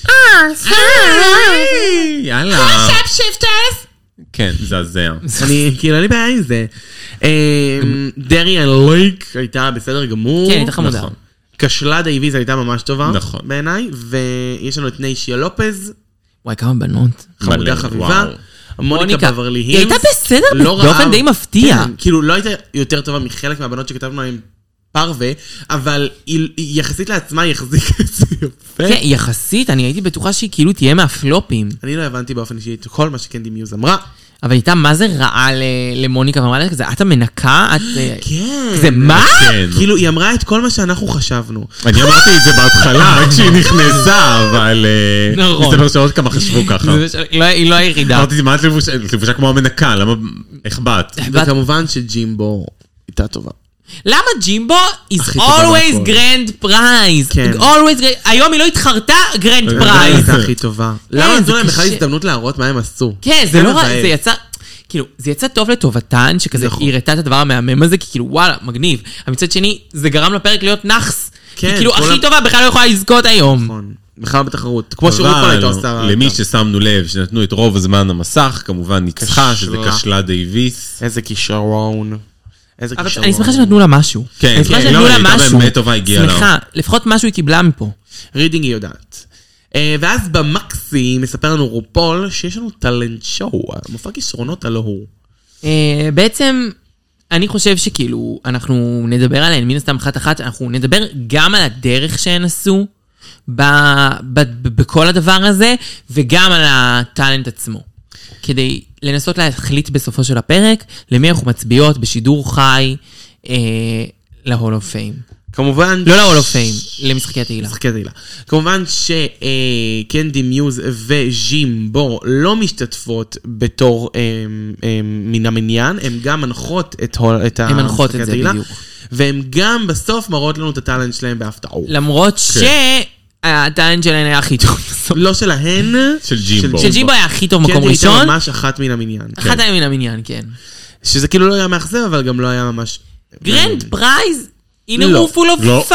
יאללה. שפשיפטרס. כן, זה הזיה. כאילו, אני בעיה עם זה. דריאן לייק הייתה בסדר גמור. כן, הייתה חמודה. קשלה דייביז הייתה ממש טובה נכון. בעיניי, ויש לנו את ניישיה לופז. וואי, כמה בנות. חמודה חביבה. מוניקה בברלי הילס. היא הייתה בסדר באופן די מפתיע. כן, כאילו לא הייתה יותר טובה מחלק מהבנות שכתבנו עם פרווה, אבל היא יחסית לעצמה היא החזיקה את זה יפה. כן, יחסית, אני הייתי בטוחה שהיא כאילו תהיה מהפלופים. אני לא הבנתי באופן אישי את כל מה שקנדי מיוז אמרה. אבל הייתה מה זה רעה למוניקה, ואמרה לה כזה, את המנקה? כן. זה מה? כאילו, היא אמרה את כל מה שאנחנו חשבנו. אני אמרתי את זה בהתחלה, רק שהיא נכנסה, אבל... מסתבר שעוד כמה חשבו ככה. היא לא היחידה. אמרתי, מה את לבושה כמו המנקה? למה... איך באת? וכמובן שג'ימבו הייתה טובה. למה ג'ימבו is always grand prize? היום היא לא התחרתה grand prize. זה הכי טובה. למה נתנו להם בכלל הזדמנות להראות מה הם עשו? כן, זה לא רע, זה יצא... כאילו, זה יצא טוב לטובתן, שכזה היא הראתה את הדבר המהמם הזה, כי כאילו, וואלה, מגניב. המצד שני, זה גרם לפרק להיות נחס. כי כאילו, הכי טובה בכלל לא יכולה לזכות היום. נכון. בכלל בתחרות. כמו שרוק כל הייתה עושה. למי ששמנו לב, שנתנו את רוב הזמן המסך, כמובן ניצחה, שזה קשלה דייביס. איזה כישרון. אבל אני שמחה שנתנו לה משהו. כן, אני שמחה שנתנו לה משהו. באמת טובה הגיעה לה. שמחה, לפחות משהו היא קיבלה מפה. רידינג היא יודעת. ואז במקסי מספר לנו רופול שיש לנו טלנט שואו, מופע כישרונות הלא הוא. בעצם, אני חושב שכאילו, אנחנו נדבר עליהן, מן הסתם אחת, אנחנו נדבר גם על הדרך שהן עשו, בכל הדבר הזה, וגם על הטלנט עצמו. כדי לנסות להחליט בסופו של הפרק, למי אנחנו מצביעות בשידור חי להול אוף פיים. כמובן... לא להול אוף פיים, למשחקי התהילה. משחקי התהילה. כמובן שקנדי מיוז וג'ימבו לא משתתפות בתור מן המניין, הן גם מנחות את הן מנחות את זה בדיוק. והן גם בסוף מראות לנו את הטלנט שלהם בהפתעות. למרות הטלנט שלהן היה הכי טוב. לא שלהן. של ג'ימבו. של ג'ימבו היה הכי טוב מקום ראשון. כן, הייתה ממש אחת מן המניין. אחת מן המניין, כן. שזה כאילו לא היה מאכזב, אבל גם לא היה ממש... גרנד פרייז? In a room full of 5.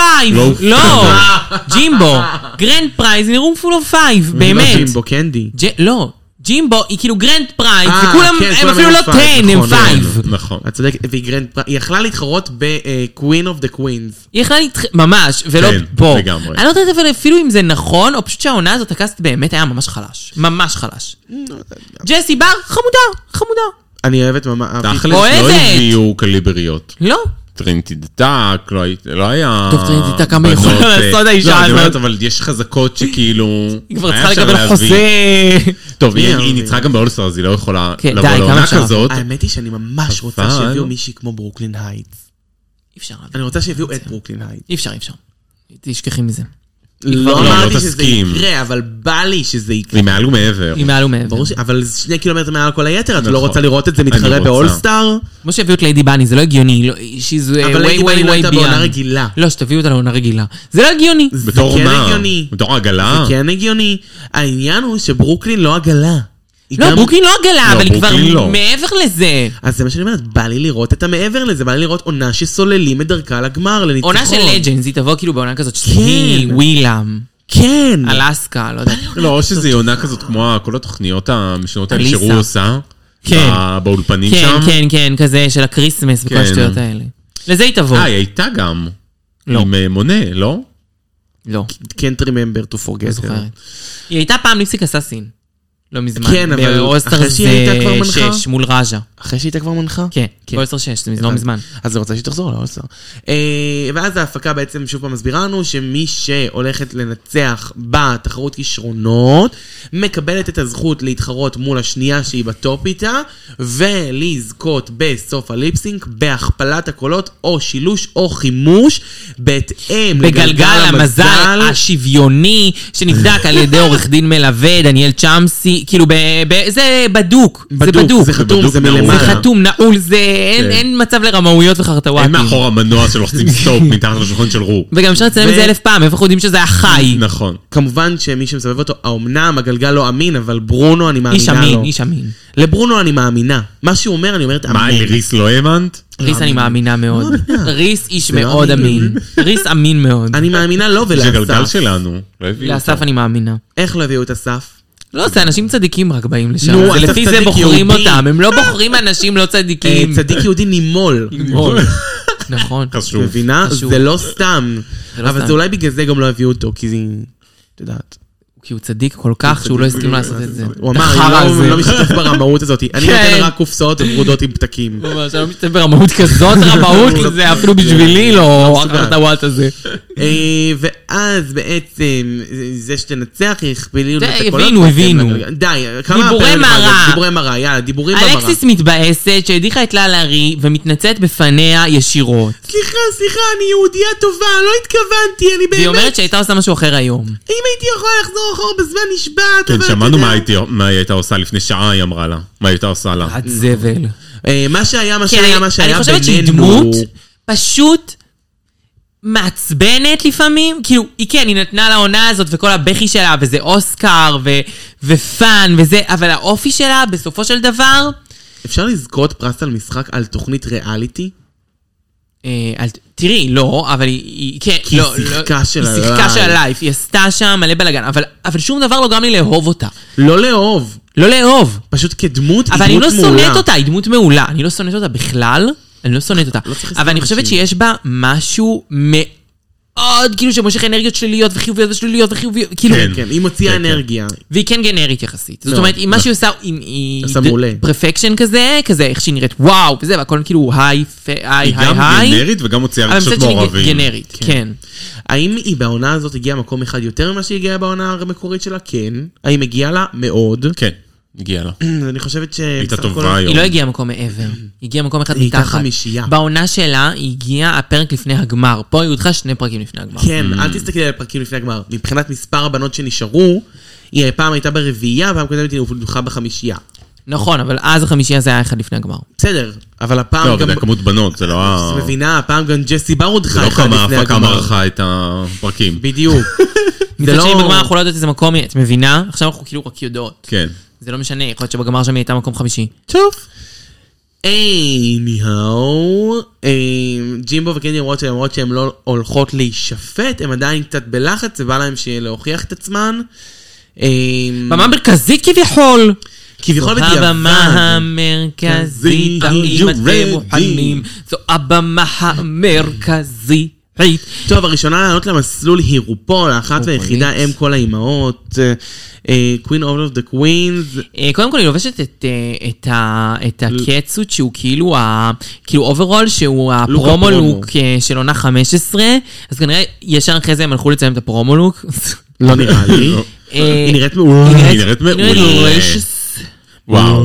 לא, ג'ימבו. גרנד פרייז in a room full of 5, באמת. ג'ימבו קנדי. לא, ג'ימבו היא כאילו גרנד פרייד, כן, וכולם, הם אפילו לא 10, הם 5. נכון. את צודקת, היא יכלה להתחרות ב-Queen of the Queens. היא יכלה ממש, ולא כן, פה. לגמרי. אני לא יודעת אפילו אם זה נכון, או פשוט שהעונה הזאת, הקאסט באמת היה ממש חלש. ממש חלש. ג'סי בר, חמודה. אני אוהבת ממש... תכלס לא אוהבת. הביאו קליבריות. לא. טרינטי דטק, לא היה... טוב, טרינטי דטק, כמה יכולה לעשות האישה לא, אני הזאת? אומרת, אבל יש חזקות שכאילו... היא כבר היה צריכה אפשר לקבל להביא. חוזה. טוב, היא ניצחה גם באולסטאר, אז היא לא יכולה כן, לבוא די, לעונה כמה אפשר? כזאת. האמת היא שאני ממש רוצה אבל- שיביאו מישהי כמו ברוקלין הייטס. אי אפשר. אני רוצה שיביאו את ברוקלין הייטס. אי אפשר. תשכחי מזה. לא לא אמרתי שזה תסכים. יקרה, אבל בא לי שזה יקרה. היא מעל ומעבר. היא מעל ומעבר. ברור אבל 2 קילומטר מעל כל היתר, את לא נכון. רוצה לראות את זה אני מתחרה רוצה. באולסטאר? כמו שהביאו את ליידי בני, זה לא הגיוני. she's אבל way ליידי way בני לא way הייתה בעונה beyond. רגילה. לא, שתביאו אותה לעונה רגילה. זה לא הגיוני. בתור כן מה? הגיוני. בתור עגלה? זה כן הגיוני. העניין הוא שברוקלין לא עגלה. היא לא, גם- ברוקלין לא עגלה, לא, אבל היא כבר ברוקלין לא. מעבר לזה. אז זה מה שאני אומרת, בא לי לראות את המעבר לזה, בא לי לראות עונה שסוללים את דרכה לגמר, לניצחון. עונה של לג'נדס, היא תבוא כאילו בעונה כזאת שהיא, ווילאם, כן. אלסקה, לא יודעת. לא, או שזה עונה כזאת כמו כל התוכניות המשנות האלה אליסה. שהוא עושה. כן. באולפנים כן, שם. כן, כן, כזה של הקריסמס וכל כן. השטויות האלה. לזה היא תבוא. היא הייתה גם. לא. עם מונה, לא? לא, can't remember to לא forget. זוכרת. היא הייתה פעם ליפסיק אסאסין. לא מזמן. כן, אבל באולסטר אחרי שהיא הייתה כבר מנחה? 6 מול ראז'ה. אחרי שהייתה כבר מנחה? כן, באולסטר 6, זה לא מזמן. אז אני רוצה שהיא תחזור לאולסטר. ואז ההפקה בעצם שוב פעם מסבירה לנו שמי שהולכת לנצח בתחרות כישרונות, מקבלת את הזכות להתחרות מול השנייה שהיא בטופ איתה, ולזכות בסוף הליפסינק, בהכפלת הקולות, או שילוש או חימוש, בהתאם בגלגל המזל השוויוני, שנבדק על ידי עורך דין מלווה, דניאל צ'אמסי, כאילו, זה בדוק, זה בדוק. זה חתום, בדוק זה נעול. זה מלמעלה. חתום, נעול, זה אין מצב לרמאויות וחרטוואטים. אין מאחורה מנוע שלוחצים סטופ מתחת לשולחן של רו. וגם אפשר לצלם את זה 1000 פעם, איפה אנחנו יודעים שזה היה חי. נכון. כמובן שמי שמסבב אותו, האומנם הגלגל לא אמין, אבל ברונו אני איש מאמינה לו. אמין, איש אמין. לברונו אני מאמינה. מה שהוא אומר, אני אומרת מה, אמן. לריס לא האמנת? ריס אני מאמינה מאוד. ריס איש זה לא מאוד אמין. אמין. ריס אמין מאוד. אני מאמינה לו זה גלגל ולאסף. שלנו. לא הביאו אותו. לאסף אני מאמינה. איך לא הביאו את אסף? לא, זה אנשים צדיקים רק באים לשם. נו, זה אסף לפי זה צדיק בוחרים יהודי. אותם. הם לא בוחרים אנשים לא צדיקים. צדיק יהודי נימול. נכון. חשוב. מבינה? חשוב. זה לא סתם. זה לא אבל סתם. זה אולי בגלל זה גם לא הביאו אותו, כי זה... את יודעת. כי הוא צדיק כל כך שהוא לא הסכים לעשות את זה. הוא אמר, החרא אני הזה. לא משתתף ברמאות הזאת. אני כן. נותן רק קופסאות ורודות עם פתקים. ממש, אני לא משתתף ברמאות כזאת רמאות, זה אפילו בשבילי לא החרטוואט הזה. ואז בעצם זה שתנצח יכפילו את הקולות. הבינו. די, דיבורי מרה. דיבורי מרה, יאללה, דיבורים במרה. אלכסיס מתבאסת שהדיחה את ללארי ומתנצאת בפניה ישירות. סליחה, אני יהודייה טובה, לא התכוונתי, אני והיא באמת... אומרת שהייתה עושה משהו אחר היום. אם הייתי יכולה לחזור אחורה בזמן נשבעת, כן, אבל שמענו אתה יודע. מה היא הייתה עושה לפני שעה, היא אמרה לה. מה היא הייתה עושה לה. את זבל. מה שהיה, מה כן, שהיה, מה שהיה אני חושבת שהיא בינינו. דמות פשוט מעצבנת לפעמים. כאילו, היא נתנה לעונה הזאת וכל הבכי שלה, וזה אוסקר ופאן וזה, אבל האופי שלה בסופו של דבר... אפשר לזכות פרס על משחק על תוכנית ריאליטי? תראי, לא, אבל היא כן, כי לא, היא שיחקה של היא שיחקה הלייב. של הלייב, היא עשתה שם מלא בלגן, אבל שום דבר לא גרם לי לאהוב אותה. לא לאהוב, לא לאהוב. פשוט כדמות, אבל היא אני דמות לא מעולה. שונאת אותה, היא דמות מעולה. אני לא שונאת אותה בכלל, אני לא שונאת אותה. לא צריך אבל אני לשנוא חושבת אנשים. שיש בה משהו מאוד, כאילו שמושך אנרגיות שליליות וחיוביות ושליליות וחיוביות, כאילו... כן. כן, היא מוציאה כן, כן. אנרגיה. והיא כן גנרית יחסית. זאת מאוד. אומרת, מה שהיא עושה, היא עושה מעולה. פרפקשן כזה, איך שהיא נראית, וואו, וזה, והכל כאילו היי, היא גם גנרית וגם מוציאה אבל רגשות מצד שני מעורבים. גנרית, כן. האם היא בעונה הזאת הגיעה מקום אחד יותר ממה שהיא הגיעה בעונה המקורית שלה? כן. האם הגיעה לה? מאוד. כן, הגיעה לה. אני חושבת ש... הייתה בסך הכל- טובה היום. היא לא הגיעה מקום מעבר, היא הגיעה מקום אחד היא הייתה מתחת. חמישייה. בעונה שלה היא הגיעה הפרק לפני הגמר. פה היא הודחה 2 פרקים לפני הגמר. כן, אל תסתכלי על הפרקים לפני הגמר. מבחינת מספר הבנות שנשארו, היא פעם הייתה ברביעייה, פעם קודמת היא הודחה בחמישייה. נכון, אבל אז החמישייה זה היה אחד לפני הגמר. בסדר, אבל לא, הפעם אבל גם... זה כמות בנות, זה לא... את מבינה, הפעם גם ג'סי בר זה הודחה לא אחד כמה לפני ההפקה הגמר. מרחה את הפרקים. בדיוק. מצד שני בגמר אנחנו לא יודעות איזה מקום היא, את מבינה? עכשיו אנחנו כאילו רק יודעות. כן. זה לא משנה, יכול להיות שבגמר שם היא הייתה מקום 5. טוב. ג'ימבו וקנדי אומרות שהן לא הולכות להישפט, הן עדיין קצת בלחץ, זה בא להם להוכיח את עצמן. במה מרכזית כביכול. כביכול בדיעבד. הבמה המרכזית, האם אתם מוכנים? זו הבמה המרכזית. טוב, הראשונה לעלות למסלול היא רופול, האחת והיחידה הם כל האימהות, Queen of the Queens. קודם כל היא לובשת את הקצות שהוא כאילו אוברול, שהוא הפרומו לוק של עונה 15, אז כנראה ישר אחרי זה הם הלכו לצלם את הפרומו לוק. לא נראה לי. היא נראית מעולה. היא נראית מעולה. וואו.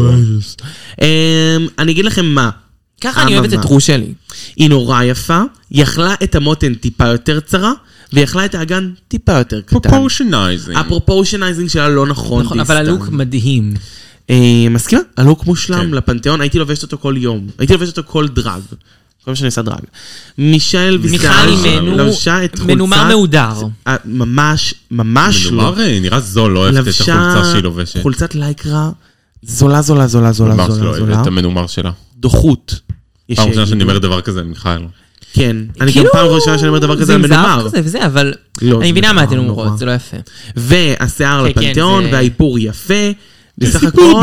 אני אגיד לכם מה. ככה אני אוהבת את רו שלי. היא נורא יפה, יכלה את המותן טיפה יותר צרה, ויכלה את האגן טיפה יותר קטן. פרופורשנייזינג. הפרופורשנייזינג שלה לא נכון. נכון, אבל הלוק מדהים. מסכימה? הלוק מושלם לפנתיאון, הייתי לובשת אותו כל יום. הייתי לובשת אותו כל דרג. כל מה שאני עושה דרג. מישל ויסאז' לבשה את חולצה... מנומר מהודר. ממש לא. מנומר נראה זול, לא אוהבת את החולצה שהיא לובשת. חולצת לייקרה, זולה. ממש לא אוהבת את המנומר שלה. דוחות. פעם ראשונה שאני אומר דבר כזה, מיכאל. כן, אני גם פעם ראשונה שאני אומר דבר כזה על מנומר. וזה, אבל אני מבינה מה אתן אומרות, זה לא יפה. והשיער לפנתיאון, והאיפור יפה, בסך הכל,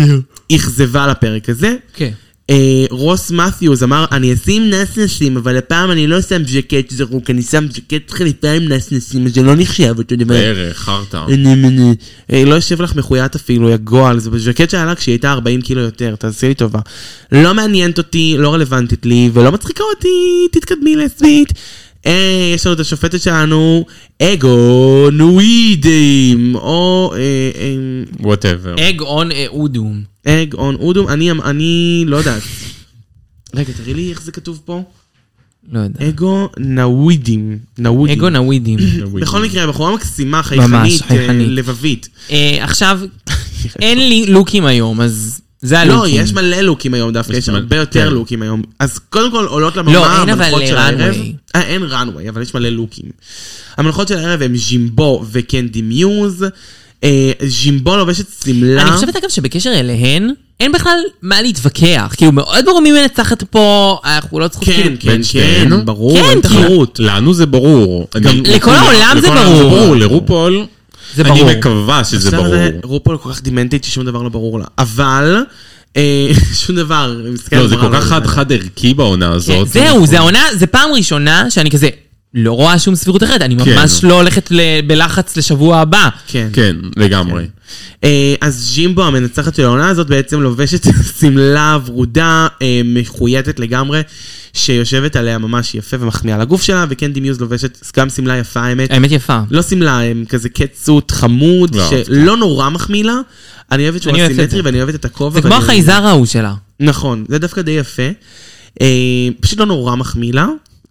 אכזבה לפרק הזה. כן. רוס מת'יוז אמר, אני אשים נסנסים, אבל הפעם אני לא שם ז'קט זרוק, אני שם ז'קט חליפה עם נסנסים, זה לא נחשב אותו דבר. בערך, חרטה. לא יושב לך מחויית אפילו, יגועל, זה ז'קט שהיה לה כשהיא הייתה 40 קילו יותר, תעשי לי טובה. לא מעניינת אותי, לא רלוונטית לי, ולא מצחיקה אותי, תתקדמי לסוויט. יש לנו את השופטת שלנו, אגו נווידים, או... whatever. אג און אודום. אג און אודום, אני לא יודעת. רגע, תראי לי איך זה כתוב פה. לא יודע. אגו נווידים. אגו נווידים. בכל מקרה, בחורה מקסימה, חייכנית, לבבית. עכשיו, אין לי לוקים היום, אז... זה הלוקים. לא, יש מלא לוקים היום דווקא, יש הרבה יותר לוקים היום. אז קודם כל עולות לממה לא, אין אבל הערב. runway. אין runway, אבל יש מלא לוקים. המלכות של הערב הם ז'ימבו וקנדי מיוז. ז'ימבו לובשת סמלה. אני חושבת אגב שבקשר אליהן, אין בכלל מה להתווכח. כאילו מאוד ברור מי מנצחת פה, אנחנו לא צריכים... כן, ברור, אין תחרות. לנו זה ברור. לכל העולם זה ברור. לרופול... זה ברור. אני מקווה שזה ברור. רופול כל כך דימנטית ששום דבר לא ברור לה. אבל, שום דבר. לא, זה כל כך חד ערכי בעונה הזאת. זהו, זה העונה, זה פעם ראשונה שאני כזה לא רואה שום סבירות אחרת. אני ממש לא הולכת בלחץ לשבוע הבא. כן, לגמרי. אז ז'ימבו, המנצחת של העונה הזאת, בעצם לובשת סמלה ורודה, מחויטת לגמרי, שיושבת עליה ממש יפה ומחמיאה לגוף שלה, וקנדי מיוז לובשת גם סמלה יפה, האמת. האמת יפה. לא סמלה, כזה קצות חמוד, שלא נורא מחמיאה. אני אוהבת שהוא הסימטרי, ואני אוהבת את הכובע. זה כמו החייזר ההוא שלה. נכון, זה דווקא די יפה. פשוט לא נורא מחמיאה.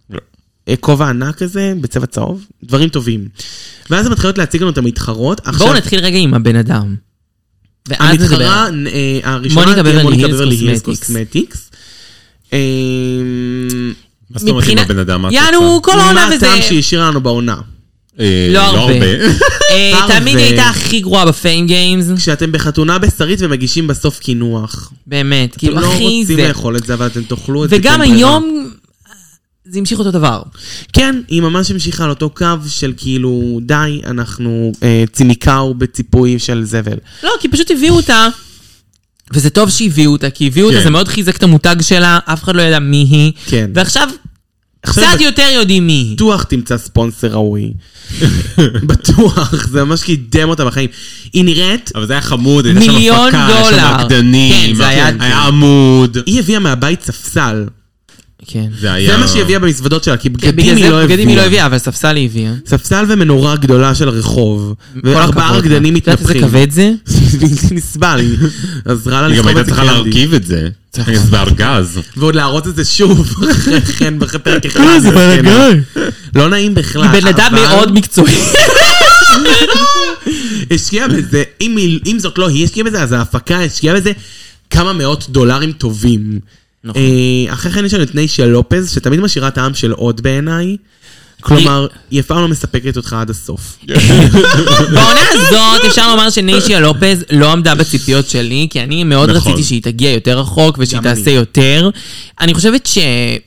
כובע ענק כזה, בצבע צהוב, דברים טובים. ואז הם מתחילות להציג לנו את המתחרות. בואו נתחיל רגע עם הבן אדם. המתחרה הראשונה תהיה מוניקה בברלי הילס קוסמטיקס. מה זאת אומרת עם הבן אדם? יענו, כל העונה וזה... מה הטעם שהיא השאירה לנו בעונה? לא הרבה. תמיד היא הייתה הכי גרועה בפיים גיימס. כשאתם בחתונה בשרית ומגישים בסוף כינוח. באמת, כאילו אתם הכי לא זה. רוצים לאכול את זה, אבל אתם תאכלו את זה. וגם היום... זה המשיך אותו דבר. כן, היא ממש המשיכה על אותו קו של כאילו, די, אנחנו ציניקאו בציפוי של זבל. לא, כי פשוט הביאו אותה, וזה טוב שהביאו אותה, כי הביאו אותה, זה מאוד חיזק את המותג שלה, אף אחד לא ידע מי היא. כן. ועכשיו, קצת יותר יודעים מי היא. בטוח תמצא ספונסר ראוי. בטוח, זה ממש קידם אותה בחיים. היא נראית... אבל זה היה חמוד, $1,000,000. היה שם רקדנים, כן, זה היה עמוד. היא הביאה מהבית ספסל. כן. זה מה שהיא הביאה במזוודות שלה, כי בגדים היא לא הביאה. בגדים היא לא הביאה, אבל ספסל היא הביאה. ספסל ומנורה גדולה של רחוב. וארבעה רקדנים מתנפחים. אתה יודע איזה כבד זה? זה נסבל, היא עזרה לה היא גם לכתוב הייתה את זה צריכה להרכיב את זה. זה בארגז. ועוד להראות את זה שוב, אחרי פרק אחד. לא נעים בכלל. היא בן אדם מאוד מקצועי. השקיעה בזה, אם זאת לא היא השקיעה בזה, אז ההפקה השקיעה בזה כמה $100 טובים. אחרי כן יש לנו את ניישיה לופז, שתמיד משאירה טעם של עוד בעיניי. כלומר, היא אף פעם לא מספקת אותך עד הסוף. בעונה הזאת אפשר לומר שניישיה לופז לא עמדה בציפיות שלי, כי אני מאוד רציתי שהיא תגיע יותר רחוק ושהיא תעשה יותר. אני חושבת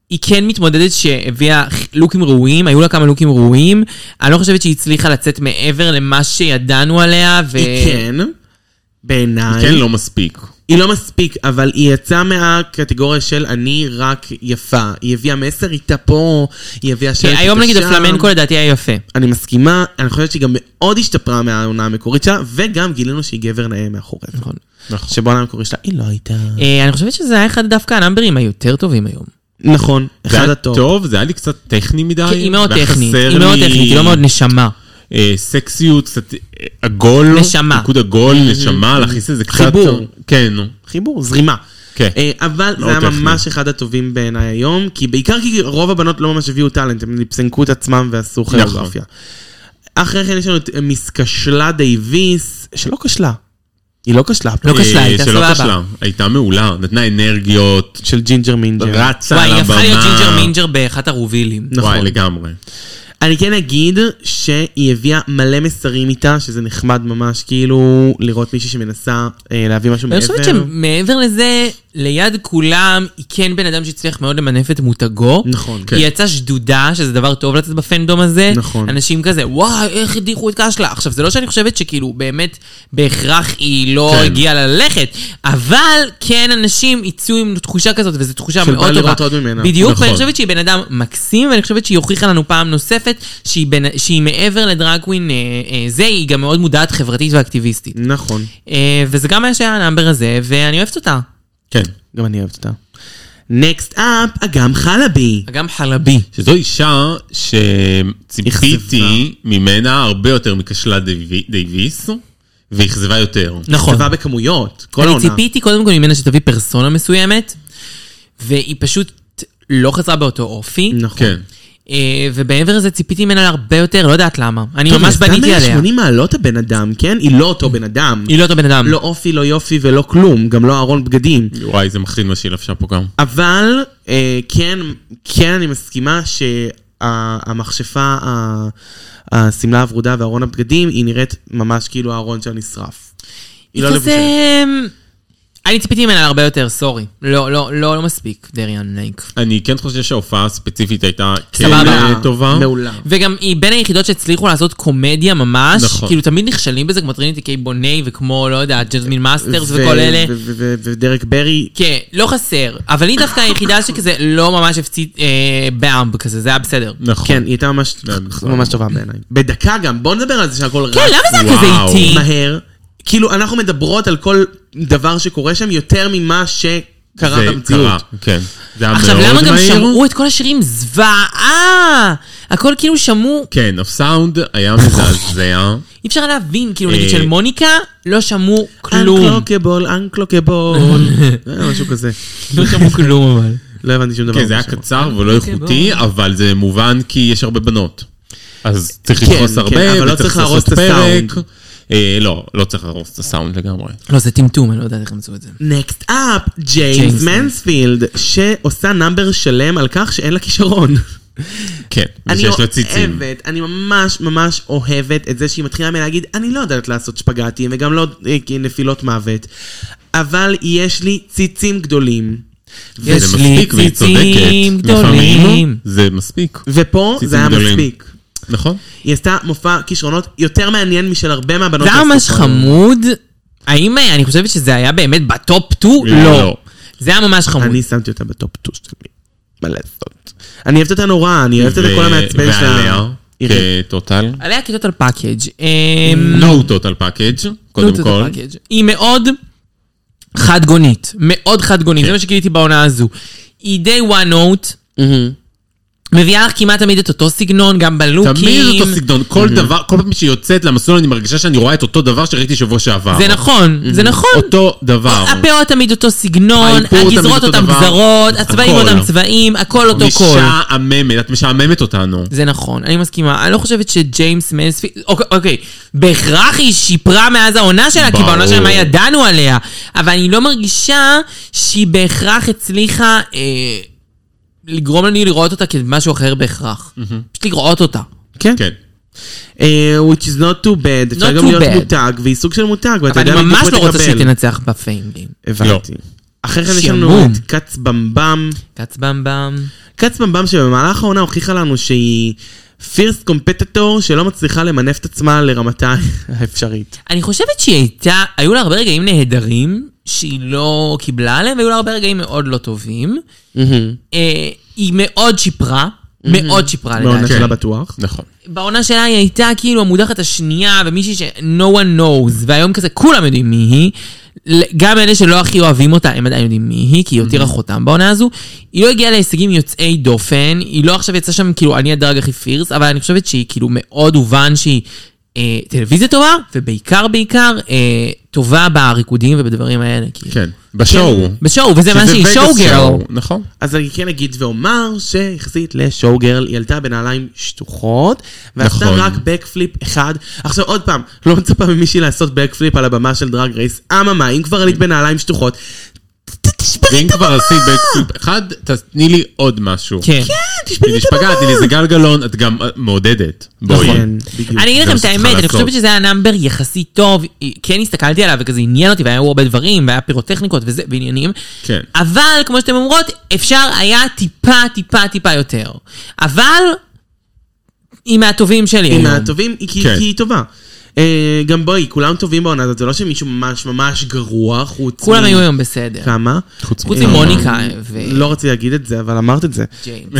היא כן מתמודדת שהביאה לוקים ראויים, היו לה כמה לוקים ראויים, אני לא חושבת שהיא הצליחה לצאת מעבר למה שידענו עליה, היא כן, בעיניי. כן, לא מספיק. היא לא מספיק, אבל היא יצאה מהקטגוריה של אני רק יפה. היא הביאה מסר איתה פה, היא הביאה שלט איתה שם. היום נגיד הפלמנקו לדעתי היה יפה. אני מסכימה, אני חושבת שהיא גם מאוד השתפרה מהעונה המקורית שלה, וגם גילינו שהיא גבר נאה מאחורי. נכון. שבעונה המקורית שלה היא לא הייתה... אני חושבת שזה היה אחד דווקא הנאמברים היותר טובים היום. נכון, אחד הטוב. זה היה טוב, זה היה לי קצת טכני מדי. היא מאוד טכנית, היא לא מאוד נשמה. סקסיות, קצת עגול. נשמה. ניקוד עגול, נשמה, להכניס את זה קצת... חיבור. כן. חיבור, זרימה. כן. אבל זה היה ממש אחד הטובים בעיניי היום, כי בעיקר כי רוב הבנות לא ממש הביאו טלנט, הם פסנקו את עצמם ועשו כוריאוגרפיה. אחרי כן יש לנו את מיסקשלה דייביס, שלא כשלה. היא לא כשלה. לא כשלה, הייתה שלא סבבה. כשלה, הייתה מעולה, נתנה אנרגיות. של ג'ינג'ר מינג'ר. רצה וואי, היא על הפכה להיות הבמה. ג'ינג'ר מינג'ר באחת הרובילים. וואי, לגמרי. אני כן אגיד שהיא הביאה מלא מסרים איתה, שזה נחמד ממש, כאילו לראות מישהי שמנסה להביא משהו אני מעבר. חושבת שמעבר לזה, ליד כולם, היא כן בן אדם שהצליח מאוד למנף את מותגו. נכון. היא יצאה שדודה, שזה דבר טוב לצאת בפנדום הזה. נכון. אנשים כזה, וואי, איך הדיחו את קשלה. עכשיו, זה לא שאני חושבת שכאילו, באמת, בהכרח היא לא כן. הגיעה ללכת, אבל כן אנשים יצאו עם תחושה כזאת, וזו תחושה של מאוד בא טובה. לראות עוד ממנה. בדיוק, נכון. ואני חושבת שהיא בן אדם מקסים, ואני חושבת שהיא הוכיחה לנו פעם נוספת, שהיא מעבר לדרגווין, היא גם מאוד מודעת חברתית ואקטיביסטית. נכון. וזה גם מה שהיה הנאמבר הזה, ואני אוהבת אותה. כן. גם אני אוהבת אותה. Next up, אגם חלבי. אגם חלבי. שזו אישה שציפיתי ממנה הרבה יותר מקשלה דייביס, והאכזבה יותר. נכון. כתבה בכמויות, כל אני העונה. ציפיתי קודם כל ממנה שתביא פרסונה מסוימת, והיא פשוט לא חזרה באותו אופי. נכון. כן. ובעבר לזה ציפיתי ממנה להרבה יותר, לא יודעת למה. אני טוב, ממש בניתי עליה. 80 מעלות הבן אדם, כן? היא לא אותו בן אדם. היא לא אותו בן אדם. לא אופי, לא יופי ולא כלום, גם לא ארון בגדים. וואי, זה מחריד מה שהיא לבשה פה גם. אבל כן אני מסכימה שהמכשפה, הסמלה הוורודה וארון הבגדים, היא נראית ממש כאילו הארון שלה נשרף. היא לא לבושלת. אני ציפיתי ממנה הרבה יותר, סורי. לא מספיק, דריאן נייק. אני כן חושב שההופעה הספציפית הייתה כן סבבה. טובה. מעולה. וגם היא בין היחידות שהצליחו לעשות קומדיה ממש, נכון. כאילו תמיד נכשלים בזה, כמו טריניטי קיי בוני, וכמו, לא יודע, ג'זמין מאסטרס וכל אלה. ודרק ברי. כן, לא חסר, אבל היא דווקא היחידה שכזה לא ממש הפציץ באמב כזה, זה היה בסדר. נכון. כן, היא הייתה ממש טובה בעיניי. בדקה גם, בואו נדבר על זה שהכל רץ. כן, למה זה היה כזה וואו. איטי? מהר. כאילו, אנחנו מדברות על כל דבר שקורה שם יותר ממה שקרה זה במציאות. קרה, כן. זה היה עכשיו, למה מאוד גם מהיר. שמעו את כל השירים זוועה? הכל כאילו שמעו, כן, הסאונד היה מזעזע. אי אפשר להבין, כאילו נגיד של מוניקה, לא שמעו כלום. אנקלוקבול. משהו כזה. לא שמעו כלום אבל. לא הבנתי שום דבר. כן, זה היה קצר ולא איכותי, אבל זה מובן כי יש הרבה בנות. אז צריך כן, לדחוס כן, הרבה, אבל לא וצריך צריך להרוס לעשות את הסאונד. פרק. לא צריך להרוס את הסאונד לגמרי. לא, זה טמטום, אני לא יודעת איך הם עשו את זה. Next up, ג'יימס מנספילד, שעושה נאמבר שלם על כך שאין לה כישרון. כן, ושיש לה ציצים. אני ממש ממש אוהבת את זה שהיא מתחילה מלהגיד, אני לא יודעת לעשות שפגטים, וגם לא נפילות מוות, אבל יש לי ציצים גדולים. יש זה לי מספיק, והיא צודקת. ציצים לפעמים גדולים. זה מספיק. ופה ציצים זה היה גדולים. מספיק. נכון? היא עשתה מופע כישרונות יותר מעניין משל הרבה מהבנות. זה היה ממש שעשו פה. חמוד. האם אני חושבת שזה היה באמת בטופ 2? לא. זה היה ממש חמוד. אני שמתי אותה בטופ 2 שלי. מה לעשות? אני אוהבת אותה נורא, אני אוהבת את כל המעצבן שלה. ועליה, כטוטל? עליה כטוטל פאקג'. נו טוטל פאקג', קודם כל. היא מאוד חד גונית. מאוד חד גונית. זה מה שגיליתי בעונה הזו. היא די one note. מביאה לך כמעט תמיד את אותו סגנון, גם בלוקים. תמיד אותו סגנון, כל דבר, כל פעם שהיא יוצאת למסלול אני מרגישה שאני רואה את אותו דבר שראיתי שבוע שעבר. זה נכון, זה נכון. אותו דבר. הפאות תמיד אותו סגנון, האיפור תמיד הגזרות אותו אותם דבר. גזרות, הצבעים הכל. אותם צבעים, הכל אותו קול. משעממת, את משעממת אותנו. זה נכון, אני מסכימה. אני לא חושבת שג'יימס מנספילד, אוקיי, בהכרח היא שיפרה מאז העונה שלה, כי בעונה שלה מה ידענו עליה, אבל אני לא מרגישה שהיא בהכרח הצליחה לגרום לנו לראות אותה כמשהו אחר בהכרח. פשוט לראות אותה. כן. כן. which is not too bad. אפשר גם too להיות bad. מותג, והיא סוג של מותג, ואתה אבל יודע אני בדיוק ממש מה לא רוצה תקבל. שהיא תנצח בפיים גיים. הבנתי. אחרי כן יש שעמום. לנו את קץ במבם. קץ במבם. קץ במבם שבמהלך העונה הוכיחה לנו שהיא פירסט קומפטטור שלא מצליחה למנף את עצמה לרמתה האפשרית. אני חושבת שהיא הייתה, היו לה הרבה רגעים נהדרים שהיא לא קיבלה עליהם, והיו לה הרבה רגעים מאוד לא טובים. היא מאוד שיפרה, מאוד שיפרה לדעתי. בעונה שלה בטוח. נכון. בעונה שלה היא הייתה כאילו המודחת השנייה, ומישהי ש-no one knows, והיום כזה כולם יודעים מי היא. גם אלה שלא הכי אוהבים אותה, הם עדיין יודעים מי היא, כי היא הותירה חותם בעונה הזו. היא לא הגיעה להישגים יוצאי דופן, היא לא עכשיו יצאה שם, כאילו, אני הדרג הכי פירס, אבל אני חושבת שהיא כאילו מאוד הובן שהיא טלוויזיה טובה, ובעיקר, טובה בריקודים ובדברים האלה. כן, בשואו. בשואו, וזה מה שהיא, שואו גרל. נכון. אז אני כן אגיד ואומר שיחסית לשואו גרל, היא עלתה בנעליים שטוחות, ועשתה רק בקפליפ אחד. עכשיו עוד פעם, לא מצפה ממישהי לעשות בקפליפ על הבמה של דרג רייס. אממה, אם כבר עלית בנעליים שטוחות, תשברי את הבמה. אם כבר עשית בקפליפ אחד, תתני לי עוד משהו. כן. תשברי את הבמה. תשפגעת, הנה זה גלגלון, את גם מעודדת. בואי. אני אגיד לכם את האמת, אני חושבת שזה היה נאמבר יחסית טוב, כן הסתכלתי עליו וכזה עניין אותי, והיו הרבה דברים, והיה פירוטכניקות ועניינים, אבל כמו שאתם אומרות, אפשר היה טיפה יותר. אבל היא מהטובים שלי היום. היא מהטובים, כי היא טובה. גם בואי, כולם טובים בעונה הזאת, זה לא שמישהו ממש גרוע, חוץ כולם היו היום בסדר. כמה? חוץ ממוניקה. לא רציתי להגיד את זה, אבל אמרת את זה. ג'יימס.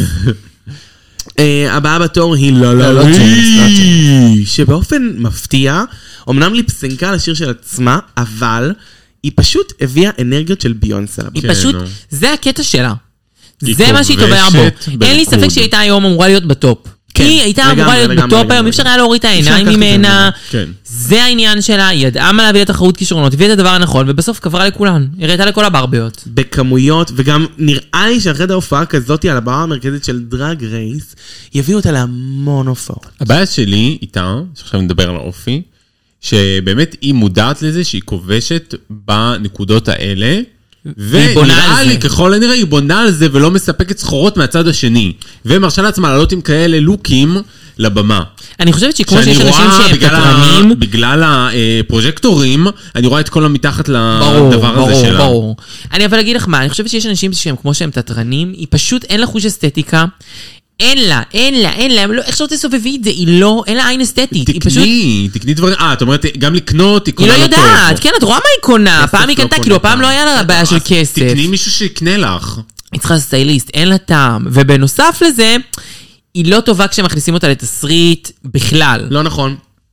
הבאה בתור היא לא ג'יימס, שבאופן מפתיע, אמנם ליפסינקה לשיר של עצמה, אבל היא פשוט הביאה אנרגיות של ביונסה. היא פשוט, זה הקטע שלה. זה מה שהיא טובה בו. אין לי ספק שהיא הייתה היום אמורה להיות בטופ. היא הייתה אמורה להיות בטופ היום, אפשר היה להוריד את העיניים ממנה. זה העניין שלה, היא ידעה מה להביא לתחרות כישרונות, הביאה את הדבר הנכון, ובסוף קברה לכולן. היא ראיתה לכל הברביות. בכמויות, וגם נראה לי שאחרי ההופעה כזאת על הבמה המרכזית של דרג רייס, יביאו אותה להמון הופעות. הבעיה שלי איתה, שעכשיו נדבר על האופי, שבאמת היא מודעת לזה שהיא כובשת בנקודות האלה, ונראה לי, ככל הנראה, היא בונה על זה ולא מספקת סחורות מהצד השני. ומרשה לעצמה לעלות עם כאלה לוקים לבמה. אני חושבת שכמו שיש אנשים שהם תטרנים... בגלל הפרוז'קטורים, אני רואה את כל המתחת לדבר הזה שלה. ברור. אני אבל אגיד לך מה, אני חושבת שיש אנשים שהם כמו שהם תטרנים, היא פשוט אין לה חוש אסתטיקה, אין לה, איך שלא תסובבי את זה, היא לא, אין לה עין אסתטית. תקני דברים, את אומרת, גם לקנות, היא קונה לא לא טוב. היא לא יודעת, כן, את רואה מה היא קונה, פעם היא קנתה, כאילו, הפעם לא היה לה בעיה של כסף. תקני מישהו שיקנה לך. היא צריכה סטייליסט, אין לה טעם. ובנוסף לזה, היא לא טובה כשמכניסים אותה לתסריט בכלל. לא נכון.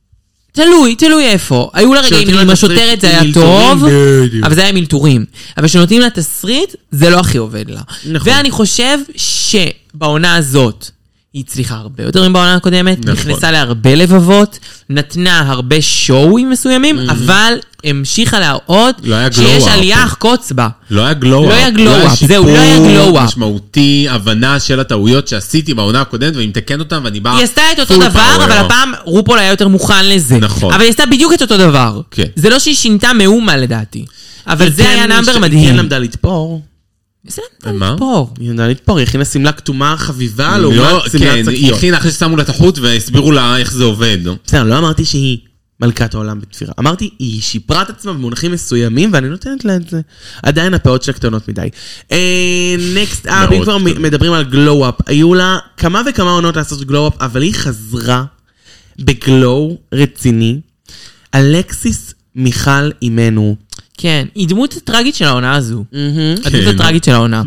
תלוי איפה. היו לה רגעים, אם השוטרת זה היה טוב, אבל זה היה מלתורים. אבל כשנותנים לה תסריט, זה לא הכי עובד לה. ואני חושב שבעונה הזאת, היא הצליחה הרבה יותר מבעונה הקודמת, נכנסה להרבה לבבות, נתנה הרבה שואוים מסוימים, אבל המשיכה להראות שיש עלייה אך קוץ בה. לא היה גלו-אפ. זהו, לא היה גלו-אפ. משמעותי, הבנה של הטעויות שעשיתי בעונה הקודמת, ואני מתקן אותם, ואני בא... היא עשתה את אותו דבר, אבל הפעם רופול היה יותר מוכן לזה. נכון. אבל היא עשתה בדיוק את אותו דבר. זה לא שהיא שינתה מאומה לדעתי. אבל זה היה נאמבר מדהים. היא כן למדה לתפור. זה למדה לתפור. היא למדה לתפור, היא הכינה סמלה כתומה חביבה, לעומת סמלת צקיות. היא הכינה אחרי ששמו לתחרות, והסבירו לה איך זה עובד. בסדר, לא אמרתי שהיא מלכת העולם בתפירה. אמרתי, היא שיפרה את עצמה במונחים מסוימים, ואני נותנת לה את זה. עדיין הפעות שלה קטנות מדי. נקסט אפ, אם כבר מדברים על גלו-אפ, היו לה כמה וכמה עונות לעשות גלו-אפ, אבל היא חזרה בגלו רציני. אלכסיס מיכל אימנו. כן, היא דמות טרגית של העונה הזו. הדמות הטרגית של העונה.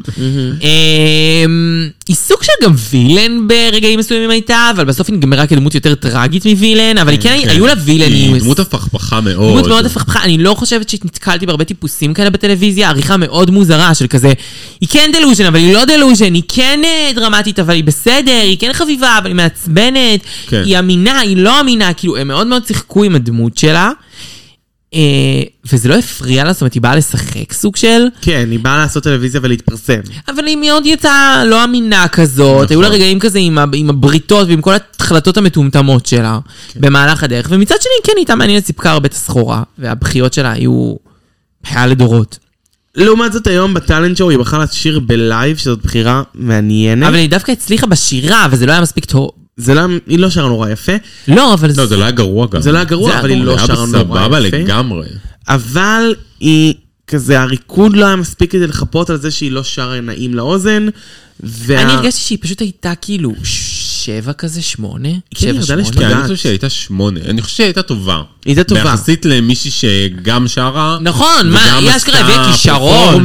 היא סוג של גם וילן ברגעים מסוימים הייתה, אבל בסוף היא נגמרה כדמות יותר טרגית מווילן, אבל כן, היו לה וילנים. היא דמות הפכפכה מאוד. דמות מאוד הפכפכה. אני לא חושבת שנתקלתי בהרבה טיפוסים כאלה בטלוויזיה, עריכה מאוד מוזרה של כזה, היא כן דלוז'ן, אבל היא לא דלוז'ן, היא כן דרמטית, אבל היא בסדר, היא כן חביבה, אבל היא מעצבנת, היא אמינה, היא לא אמינה, כאילו, הם מאוד מאוד שיחקו עם הדמות שלה. וזה לא הפריע לה, זאת אומרת, היא באה לשחק סוג של... כן, היא באה לעשות טלוויזיה ולהתפרסם. אבל היא מאוד יצאה לא אמינה כזאת, היו לה רגעים כזה עם הבריתות ועם כל ההחלטות המטומטמות שלה במהלך הדרך, ומצד שני, כן, היא הייתה מעניינת, סיפקה הרבה את הסחורה, והבחיות שלה היו בחייה לדורות. לעומת זאת היום בטלנט שואו היא בחרה לשיר בלייב, שזאת בחירה מעניינת. אבל היא דווקא הצליחה בשירה, וזה לא היה מספיק טוב. היא לא שרה נורא יפה. לא, אבל... לא, זה לא היה גרוע גם. זה לא היה גרוע, אבל היא לא שרה נורא יפה. סבבה לגמרי. אבל היא כזה הריקוד לא היה מספיק כדי לחפות על זה שהיא לא שרה נעים לאוזן. אני הרגשתי שהיא פשוט הייתה כאילו 7 כזה, 8? כן, ירדה לשתגעת. אני חושב שהיא הייתה 8. אני חושב שהיא הייתה טובה. היא הייתה טובה. ביחסית למישהי שגם שרה. נכון, מה, היא אשכרה הביאה כישרון.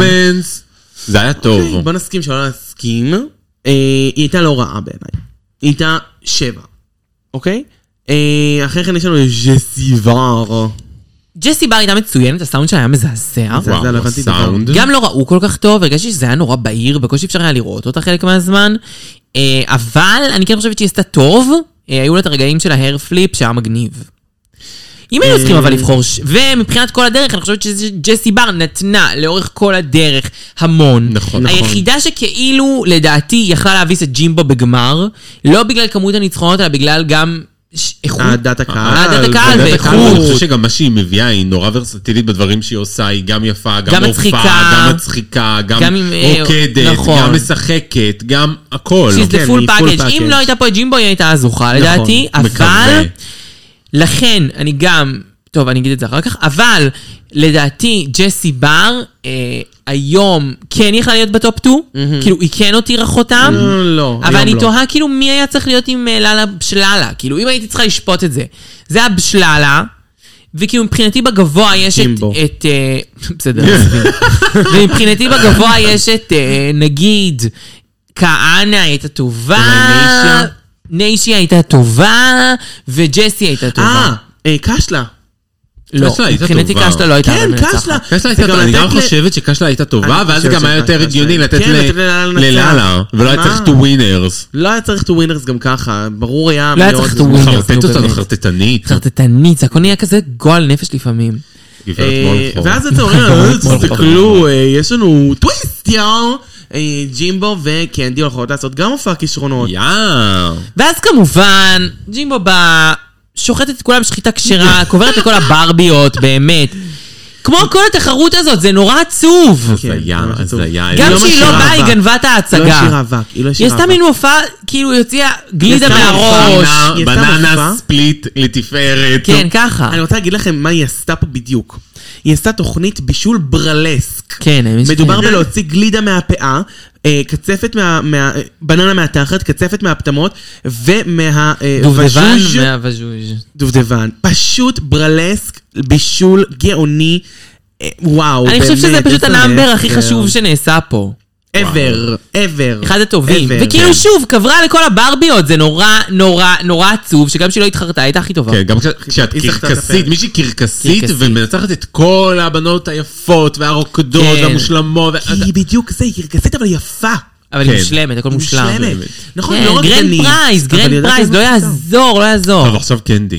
זה היה טוב. בוא נסכים שלא נסכים. היא הייתה לא רעה בעיניי. היא הייתה 7. אוקיי? אחרי כן יש לנו ג'סי בר. ג'סי בר הייתה מצוינת, הסאונד שלה היה מזעזע. זה לא הבנתי דבר. גם לא ראו כל כך טוב, הרגשתי שזה היה נורא בהיר, בקושי אפשר היה לראות אותה חלק מהזמן. אבל אני כן חושבת שהיא עשתה טוב, היו לה את הרגעים של ההר פליפ שהיה מגניב. אם היינו צריכים אבל לבחור, ומבחינת כל הדרך, אני חושבת שג'סי בר נתנה לאורך כל הדרך המון. נכון. היחידה שכאילו, לדעתי, יכלה להביס את ג'ימבו בגמר, לא בגלל כמות הניצחונות, אלא בגלל גם איכות. העדת הקהל. העדת הקהל ואיכות. אני חושב שגם מה שהיא מביאה, היא נורא ורסטילית בדברים שהיא עושה, היא גם יפה, גם מופעה, גם מצחיקה, גם רוקדת, גם משחקת, גם הכל. She's the full package. אם לא הייתה פה את ג'ימבו, היא הייתה הזוכה, לדעתי, אבל לכן, אני גם, טוב, אני אגיד את זה אחר כך, אבל לדעתי, ג'סי בר, היום כן יכלה להיות בטופ 2, כאילו היא כן הותירה חותם, לא, אבל אני תוהה כאילו מי היה צריך להיות עם ללה בשללה, כאילו אם הייתי צריכה לשפוט את זה, זה היה בשללה, וכאילו מבחינתי בגבוה יש את בסדר, ומבחינתי בגבוה יש את נגיד, כהנה הייתה טובה, ניישי הייתה טובה, וג'סי הייתה טובה. קשלה. לא, מבחינתי קשלה לא הייתה. כן, קשלה. אני גם חושבת שקשלה הייתה טובה, ואז זה גם היה יותר הגיוני לתת לללה, ולא היה צריך to winners. לא היה צריך to winners גם ככה, ברור היה... לא היה צריך to winners. חרטט אותנו, חרטטנית. חרטטנית, זה הכל נהיה כזה גועל נפש לפעמים. ואז אתם אומרים, תסתכלו, יש לנו טוויסט, ג'ימבו וקנדי הולכות לעשות גם הופעה כישרונות. ואז כמובן, ג'ימבו בא, שוחטת את כולם שחיטה כשרה, קוברת לכל הברביות, באמת. כמו כל התחרות הזאת, זה נורא עצוב. גם שהיא לא באה, היא גנבה את ההצגה. לא השאירה אבק, היא לא השאירה אבק. היא עשתה מין מופע, כאילו היא הוציאה גלידה מהראש. בננה ספליט לתפארת. כן, ככה. אני רוצה להגיד לכם מה היא עשתה פה בדיוק. היא עשתה תוכנית בישול ברלסק. כן, מדובר בלהוציא גלידה מהפאה, קצפת בננה מהתחת, קצפת מהפטמות, דובדבן. פשוט ברלסק, בישול גאוני, וואו. אני חושב שזה פשוט הנאמבר הכי חשוב שנעשה פה. ever. אחד הטובים. וכאילו שוב, קברה לכל הברביות, זה נורא עצוב, שגם שהיא לא התחרתה, הייתה הכי טובה. כן, גם כשאת קרקסית, מישהי קרקסית, ומנצחת את כל הבנות היפות, והרוקדות, והמושלמות. היא בדיוק זה, היא קרקסית אבל יפה. אבל היא מושלמת, הכל מושלם. נכון, לא רק גרנד פרייז, לא יעזור. אבל עכשיו קנדי.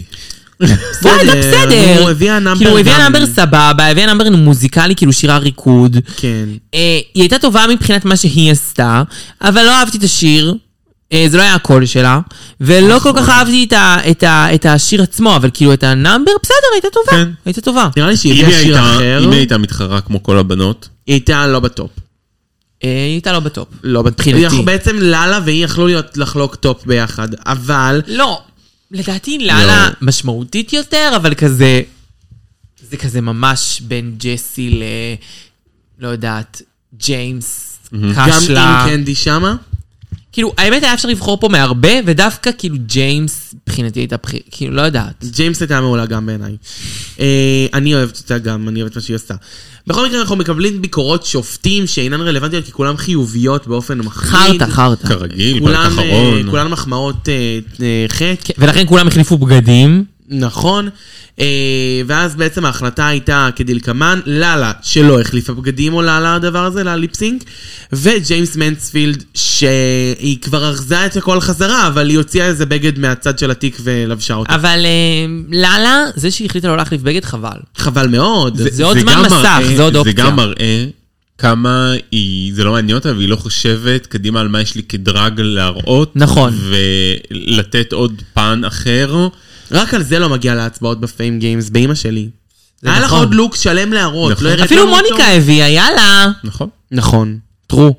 בסדר. הוא הביא כאילו, הוא הביא נאמבר סבבה, הביא נאמבר מוזיקלי, כאילו שירה ריקוד. כן. היא הייתה טובה מבחינת מה שהיא עשתה, אבל לא אהבתי את השיר, זה לא היה הקול שלה, ולא כל כך אהבתי את השיר עצמו, אבל כאילו את הנאמבר, בסדר, הייתה טובה. הייתה טובה. נראה לי שהיא הביאה שיר אחר. אם היא הייתה מתחרה כמו כל הבנות? היא הייתה לא בטופ. היא הייתה לא בטופ. לא בטופ. בעצם ללה והיא יכלו לחלוק טופ ביחד, אבל... לא. לדעתי ללה משמעותית יותר, אבל כזה, זה כזה ממש בין ג'סי ל... לא יודעת, ג'יימס, קשלה. גם עם קנדי שמה? כאילו, האמת היה אפשר לבחור פה מהרבה, ודווקא כאילו ג'יימס, מבחינתי הייתה כאילו, לא יודעת. ג'יימס הייתה מעולה גם בעיניי. אני אוהבת אותה גם, אני אוהבת מה שהיא עשתה. בכל מקרה אנחנו מקבלים ביקורות שופטים שאינן רלוונטיות, כי כולם חיוביות באופן מחריד. חרטה. כרגיל, פרק אחרון. כולן מחמאות חטא. ולכן כולם החליפו בגדים. נכון. ואז בעצם ההחלטה הייתה כדלקמן, ללה שלא החליפה בגדים או ללה הדבר הזה, לליפסינק, וג'יימס מנספילד שהיא כבר ארזה את הכל חזרה, אבל היא הוציאה איזה בגד מהצד של התיק ולבשה אותו. אבל ללה, זה שהיא החליטה לא להחליף בגד, חבל. חבל מאוד. זה עוד זמן מסך, זה עוד אופציה. זה גם מראה כמה היא, זה לא מעניין אותה, והיא לא חושבת קדימה על מה יש לי כדרג להראות. נכון. ולתת עוד פן אחר. רק על זה לא מגיע להצבעות בפיים גיימס, באמא שלי. היה לך עוד לוק שלם להראות. אפילו מוניקה הביאה, יאללה. נכון. טרו.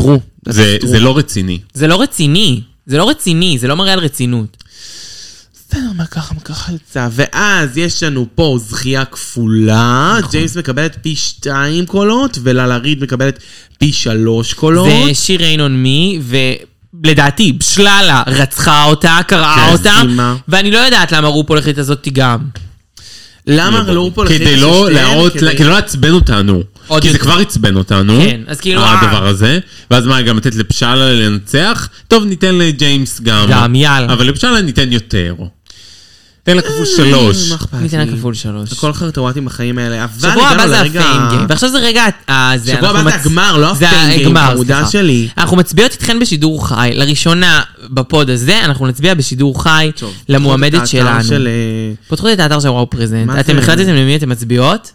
זה לא רציני. זה לא רציני, זה לא מראה על רצינות. בסדר, מה ככה יצא. ואז יש לנו פה זכייה כפולה, ג'יימס מקבלת פי 2 קולות, וללה ריד מקבלת פי 3 קולות. זה שיר Rain on Me, ולדעתי, בשללה רצחה אותה, קראה אותה, ואני לא יודעת למה רופול החליט הזאת גם. למה רופול החליט כדי לא לעצבן אותנו. כי זה כבר עצבן אותנו, כן, אז כאילו הדבר הזה, ואז מה, גם לתת לפשלה לנצח? טוב, ניתן לג'יימס גם, יאללה. אבל לפשלה ניתן יותר. ניתן לה כפול 3. ניתן לה כפול 3. הכל חרטורטים בחיים האלה. שבוע הבא זה הפיימגיים, ועכשיו זה רגע... שבוע הבא זה הגמר, לא הפיימגיים, העמודה שלי. אנחנו מצביעות איתכן בשידור חי. לראשונה בפוד הזה, אנחנו נצביע בשידור חי למועמדת שלנו. פותחות את האתר של וואו פרזנט. אתם החלטתם למי אתם מצביעות?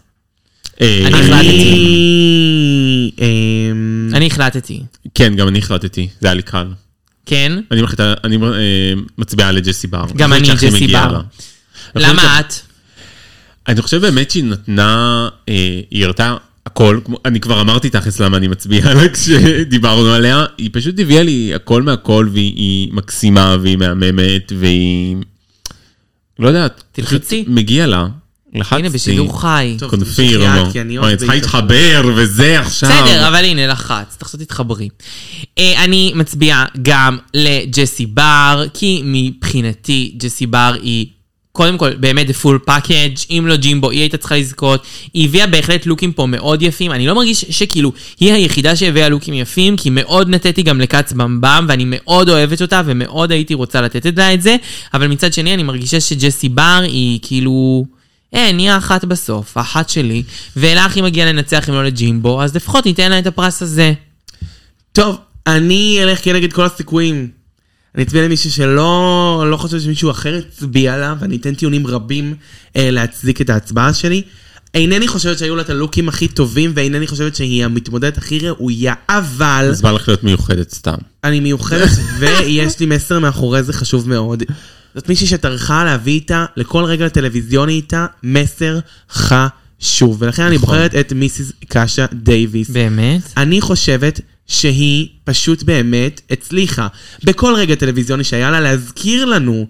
אני החלטתי. כן, גם אני החלטתי. זה היה לי קל. כן? אני מצביעה לג'סי בר. גם אני ג'סי בר. למה את? אני חושב באמת שהיא נתנה, היא הראתה הכל, אני כבר אמרתי תכלס למה אני מצביעה לה כשדיברנו עליה, היא פשוט הביאה לי הכל מהכל, והיא מקסימה, והיא מהממת, והיא... לא יודעת. תלחצי. מגיע לה. הנה, בשידור חי. קונפיר, אני צריכה להתחבר, וזה עכשיו. בסדר, אבל הנה, לחץ. תחסות תתחברי. אני מצביעה גם לג'סי בר, כי מבחינתי ג'סי בר היא, קודם כל, באמת the full package, אם לא ג'ימבו, היא הייתה צריכה לזכות. היא הביאה בהחלט לוקים פה מאוד יפים. אני לא מרגיש שכאילו, היא היחידה שהביאה לוקים יפים, כי מאוד נתתי גם לקץ במבם, ואני מאוד אוהבת אותה, ומאוד הייתי רוצה לתת לה את זה. אבל מצד שני, אני מרגישה שג'סי בר היא כאילו... נהיה אחת בסוף, האחת שלי, ואלה הכי מגיע לנצח אם לא לג'ימבו, אז לפחות ניתן לה את הפרס הזה. טוב, אני אלך כנגד כל הסיכויים. אני אצביע למישהו שלא חושב שמישהו אחר יצביע לה, ואני אתן טיעונים רבים להצדיק את ההצבעה שלי. אינני חושבת שהיו לה את הלוקים הכי טובים, ואינני חושבת שהיא המתמודדת הכי ראויה, אבל... אז בא לך להיות מיוחדת סתם. אני מיוחדת, ויש לי מסר מאחורי זה חשוב מאוד. זאת מישהי שטרחה להביא איתה, לכל רגע טלוויזיוני איתה, מסר חשוב. ולכן אני בוחרת את מיסיס קאשה דייביס. באמת? אני חושבת שהיא פשוט באמת הצליחה. בכל רגע טלוויזיוני שהיה לה להזכיר לנו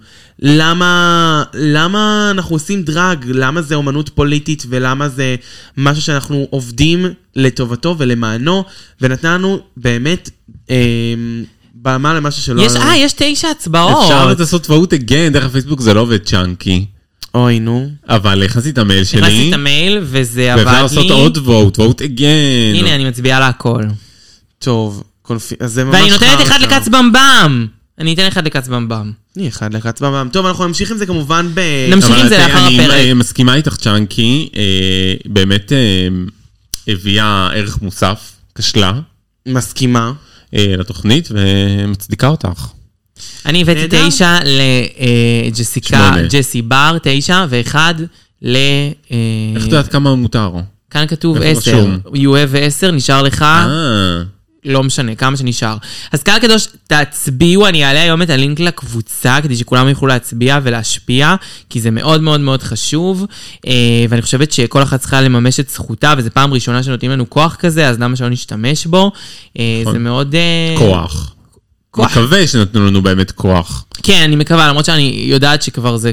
למה אנחנו עושים דרג, למה זה אומנות פוליטית, ולמה זה משהו שאנחנו עובדים לטובתו ולמענו, ונתנה לנו באמת... במה למשהו שלא... יש 9 הצבעות. אפשר לעשות vote again, דרך הפייסבוק זה לא עובד צ'אנקי. אוי, נו. אבל הכנסתי את המייל שלי. הכנסתי את המייל, וזה עבד לי. ואפשר לעשות עוד vote again. הנה, אני מצביעה להכל. טוב, אז זה ממש... ואני נותנת אחד לקץ במבם. אני אתן אחד לקץ במבם. אני אחד לקץ במבם. טוב, אנחנו נמשיך עם זה כמובן נמשיך עם זה לאחר הפרק. אני מסכימה איתך צ'אנקי, באמת הביאה ערך מוסף, כשלה. מסכימה. לתוכנית, ומצדיקה אותך. אני הבאתי 9 לג'סיקה, ג'סי בר, 9, ו1 ל... איך אתה יודעת כמה מותר? כאן כתוב 10. You have 10, נשאר לך... לא משנה, כמה שנשאר. אז קהל קדוש, תצביעו, אני אעלה היום את הלינק לקבוצה, כדי שכולם יוכלו להצביע ולהשפיע, כי זה מאוד מאוד מאוד חשוב, ואני חושבת שכל אחת צריכה לממש את זכותה, וזו פעם ראשונה שנותנים לנו כוח כזה, אז למה שלא נשתמש בו? זה מאוד... כוח. מקווה שנתנו לנו באמת כוח. כן, אני מקווה, למרות שאני יודעת שכבר זה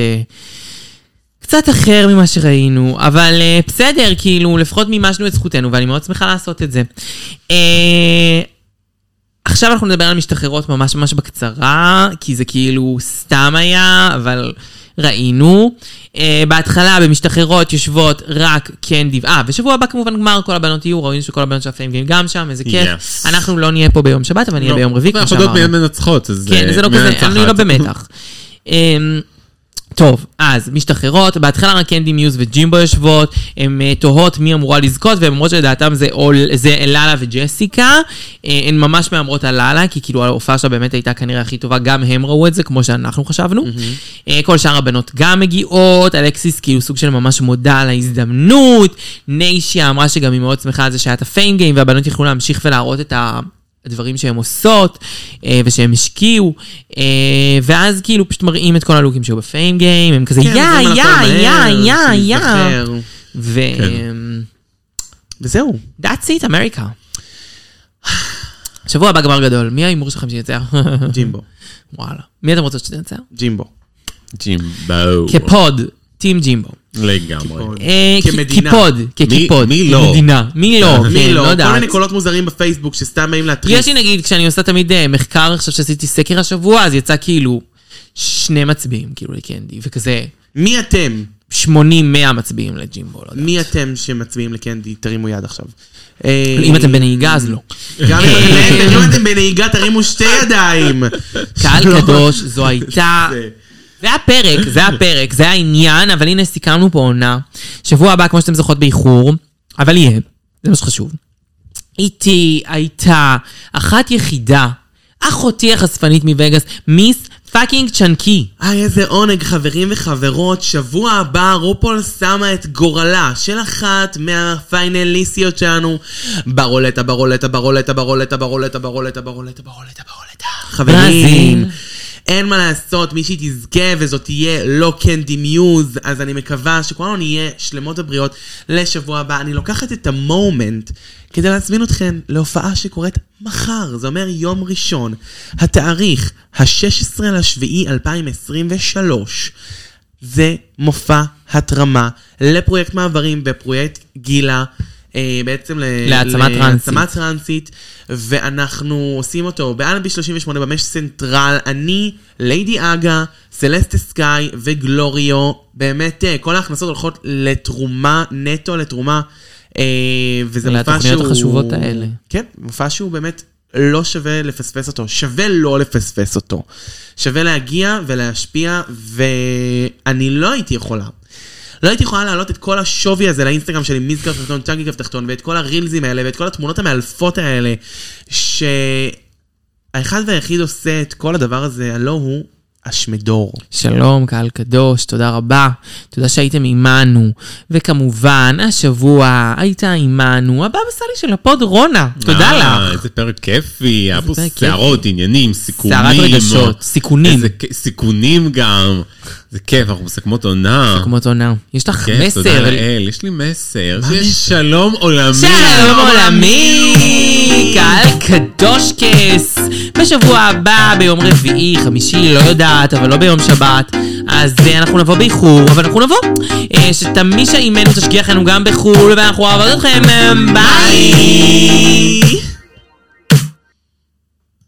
קצת אחר ממה שראינו, אבל בסדר, כאילו, לפחות מימשנו את זכותנו, ואני מאוד שמחה לעשות את זה. עכשיו אנחנו נדבר על משתחררות ממש ממש בקצרה, כי זה כאילו סתם היה, אבל ראינו. בהתחלה במשתחררות יושבות רק קנדי, ושבוע הבא כמובן גמר, כל הבנות יהיו, ראינו שכל הבנות של הפיימגיים גם שם, איזה כיף. אנחנו לא נהיה פה ביום שבת, אבל נהיה ביום רביעי, כמו שאמרנו. אנחנו יודעות מנצחות, אז... כן, זה לא כזה, אני לא במתח. טוב, אז משתחררות, בהתחלה רק קנדי מיוז וג'ימבו יושבות, הן תוהות מי אמורה לזכות, והן אומרות שלדעתם זה ללה וג'סיקה, הן ממש מאמרות על ללה, כי כאילו ההופעה שלה באמת הייתה כנראה הכי טובה, גם הם ראו את זה, כמו שאנחנו חשבנו. כל שאר הבנות גם מגיעות, אלכסיס כאילו סוג של ממש מודה על ההזדמנות, ניישיה אמרה שגם היא מאוד שמחה על זה שהיה את הפיים גיים, והבנות יכולו להמשיך ולהראות את הדברים שהן עושות, ושהן השקיעו, ואז כאילו פשוט מראים את כל הלוקים שהיו בפיים גיים, הם כזה יא, וזהו. That's it, אמריקה. שבוע הבא גמר גדול, מי האימור שלכם שינצח? ג'ימבו. וואלה. מי אתם רוצות שתנצח? ג'ימבו. ג'ימבו. כפוד, טים ג'ימבו. לגמרי. כמדינה. כקיפוד. מי לא? כמדינה. מי לא? מי כן, לא? כל יודעת. מיני קולות מוזרים בפייסבוק שסתם באים להתריס. יש לי נגיד, כשאני עושה תמיד מחקר, עכשיו שעשיתי סקר השבוע, אז יצא כאילו 2 מצביעים, כאילו לקנדי, וכזה מי אתם? 80-100 מצביעים לג'ימבו, לא יודע. מי אתם שמצביעים לקנדי? תרימו יד עכשיו. אם אתם בנהיגה, אז לא. גם אם אתם בנהיגה, תרימו 2 ידיים. קהל קדוש, זו הייתה... זה הפרק, זה העניין, אבל הנה סיכמנו פה עונה. שבוע הבא, כמו שאתם זוכות באיחור, אבל יהיה, זה מה שחשוב. איתי הייתה אחת יחידה, אחותי החשפנית מווגאס, מיס פאקינג צ'אנקי. איזה עונג, חברים וחברות. שבוע הבא רופול שמה את גורלה של אחת מהפיינליסטיות שלנו ברולטה. חברים, אין מה לעשות, מישהי תזכה וזאת תהיה לא קנדי מיוז, אז אני מקווה שכולנו נהיה שלמות ובריאות לשבוע הבא. אני לוקחת את המומנט כדי להזמין אתכם להופעה שקורית מחר, זה אומר יום ראשון, התאריך ה-16/7/2023. זה מופע התרמה לפרויקט מעברים בפרויקט גילה, בעצם להעצמה טרנסית, ואנחנו עושים אותו באלנבי 38 במש סנטרל. אני, ליידי אגה, סלסטה סקאי וגלוריו. באמת כל ההכנסות הולכות לתרומה, נטו לתרומה, וזה מופע שהוא... לתוכניות החשובות האלה. כן, מופע שהוא באמת לא שווה לפספס אותו, שווה לא לפספס אותו, שווה להגיע ולהשפיע, ואני לא הייתי יכולה להעלות את כל השווי הזה לאינסטגרם שלי, מיזקר תחתון, צ'אנקי כף תחתון, ואת כל הרילזים האלה, ואת כל התמונות המאלפות האלה, שהאחד והיחיד עושה את כל הדבר הזה, הלא הוא אשמדור. שלום, קהל קדוש, תודה רבה. תודה שהייתם עימנו. וכמובן, השבוע הייתה עימנו הבא בסלי של הפוד רונה. תודה לך. איזה פרק כיפי. היה פה שערות, עניינים, סיכונים. שערת רגשות, סיכונים. סיכונים גם. זה כיף, אנחנו מסכמות עונה. מסכמות עונה. יש לך מסר. תודה לאל, יש לי מסר. שיש שלום עולמי. שלום עולמי. קהל קדוש כס. בשבוע הבא, ביום רביעי, חמישי, לא יודעת, אבל לא ביום שבת. אז אנחנו נבוא באיחור, אבל אנחנו נבוא. שתמישה אימנו תשגיח לנו גם בחול, ואנחנו אוהבות אתכם. ביי.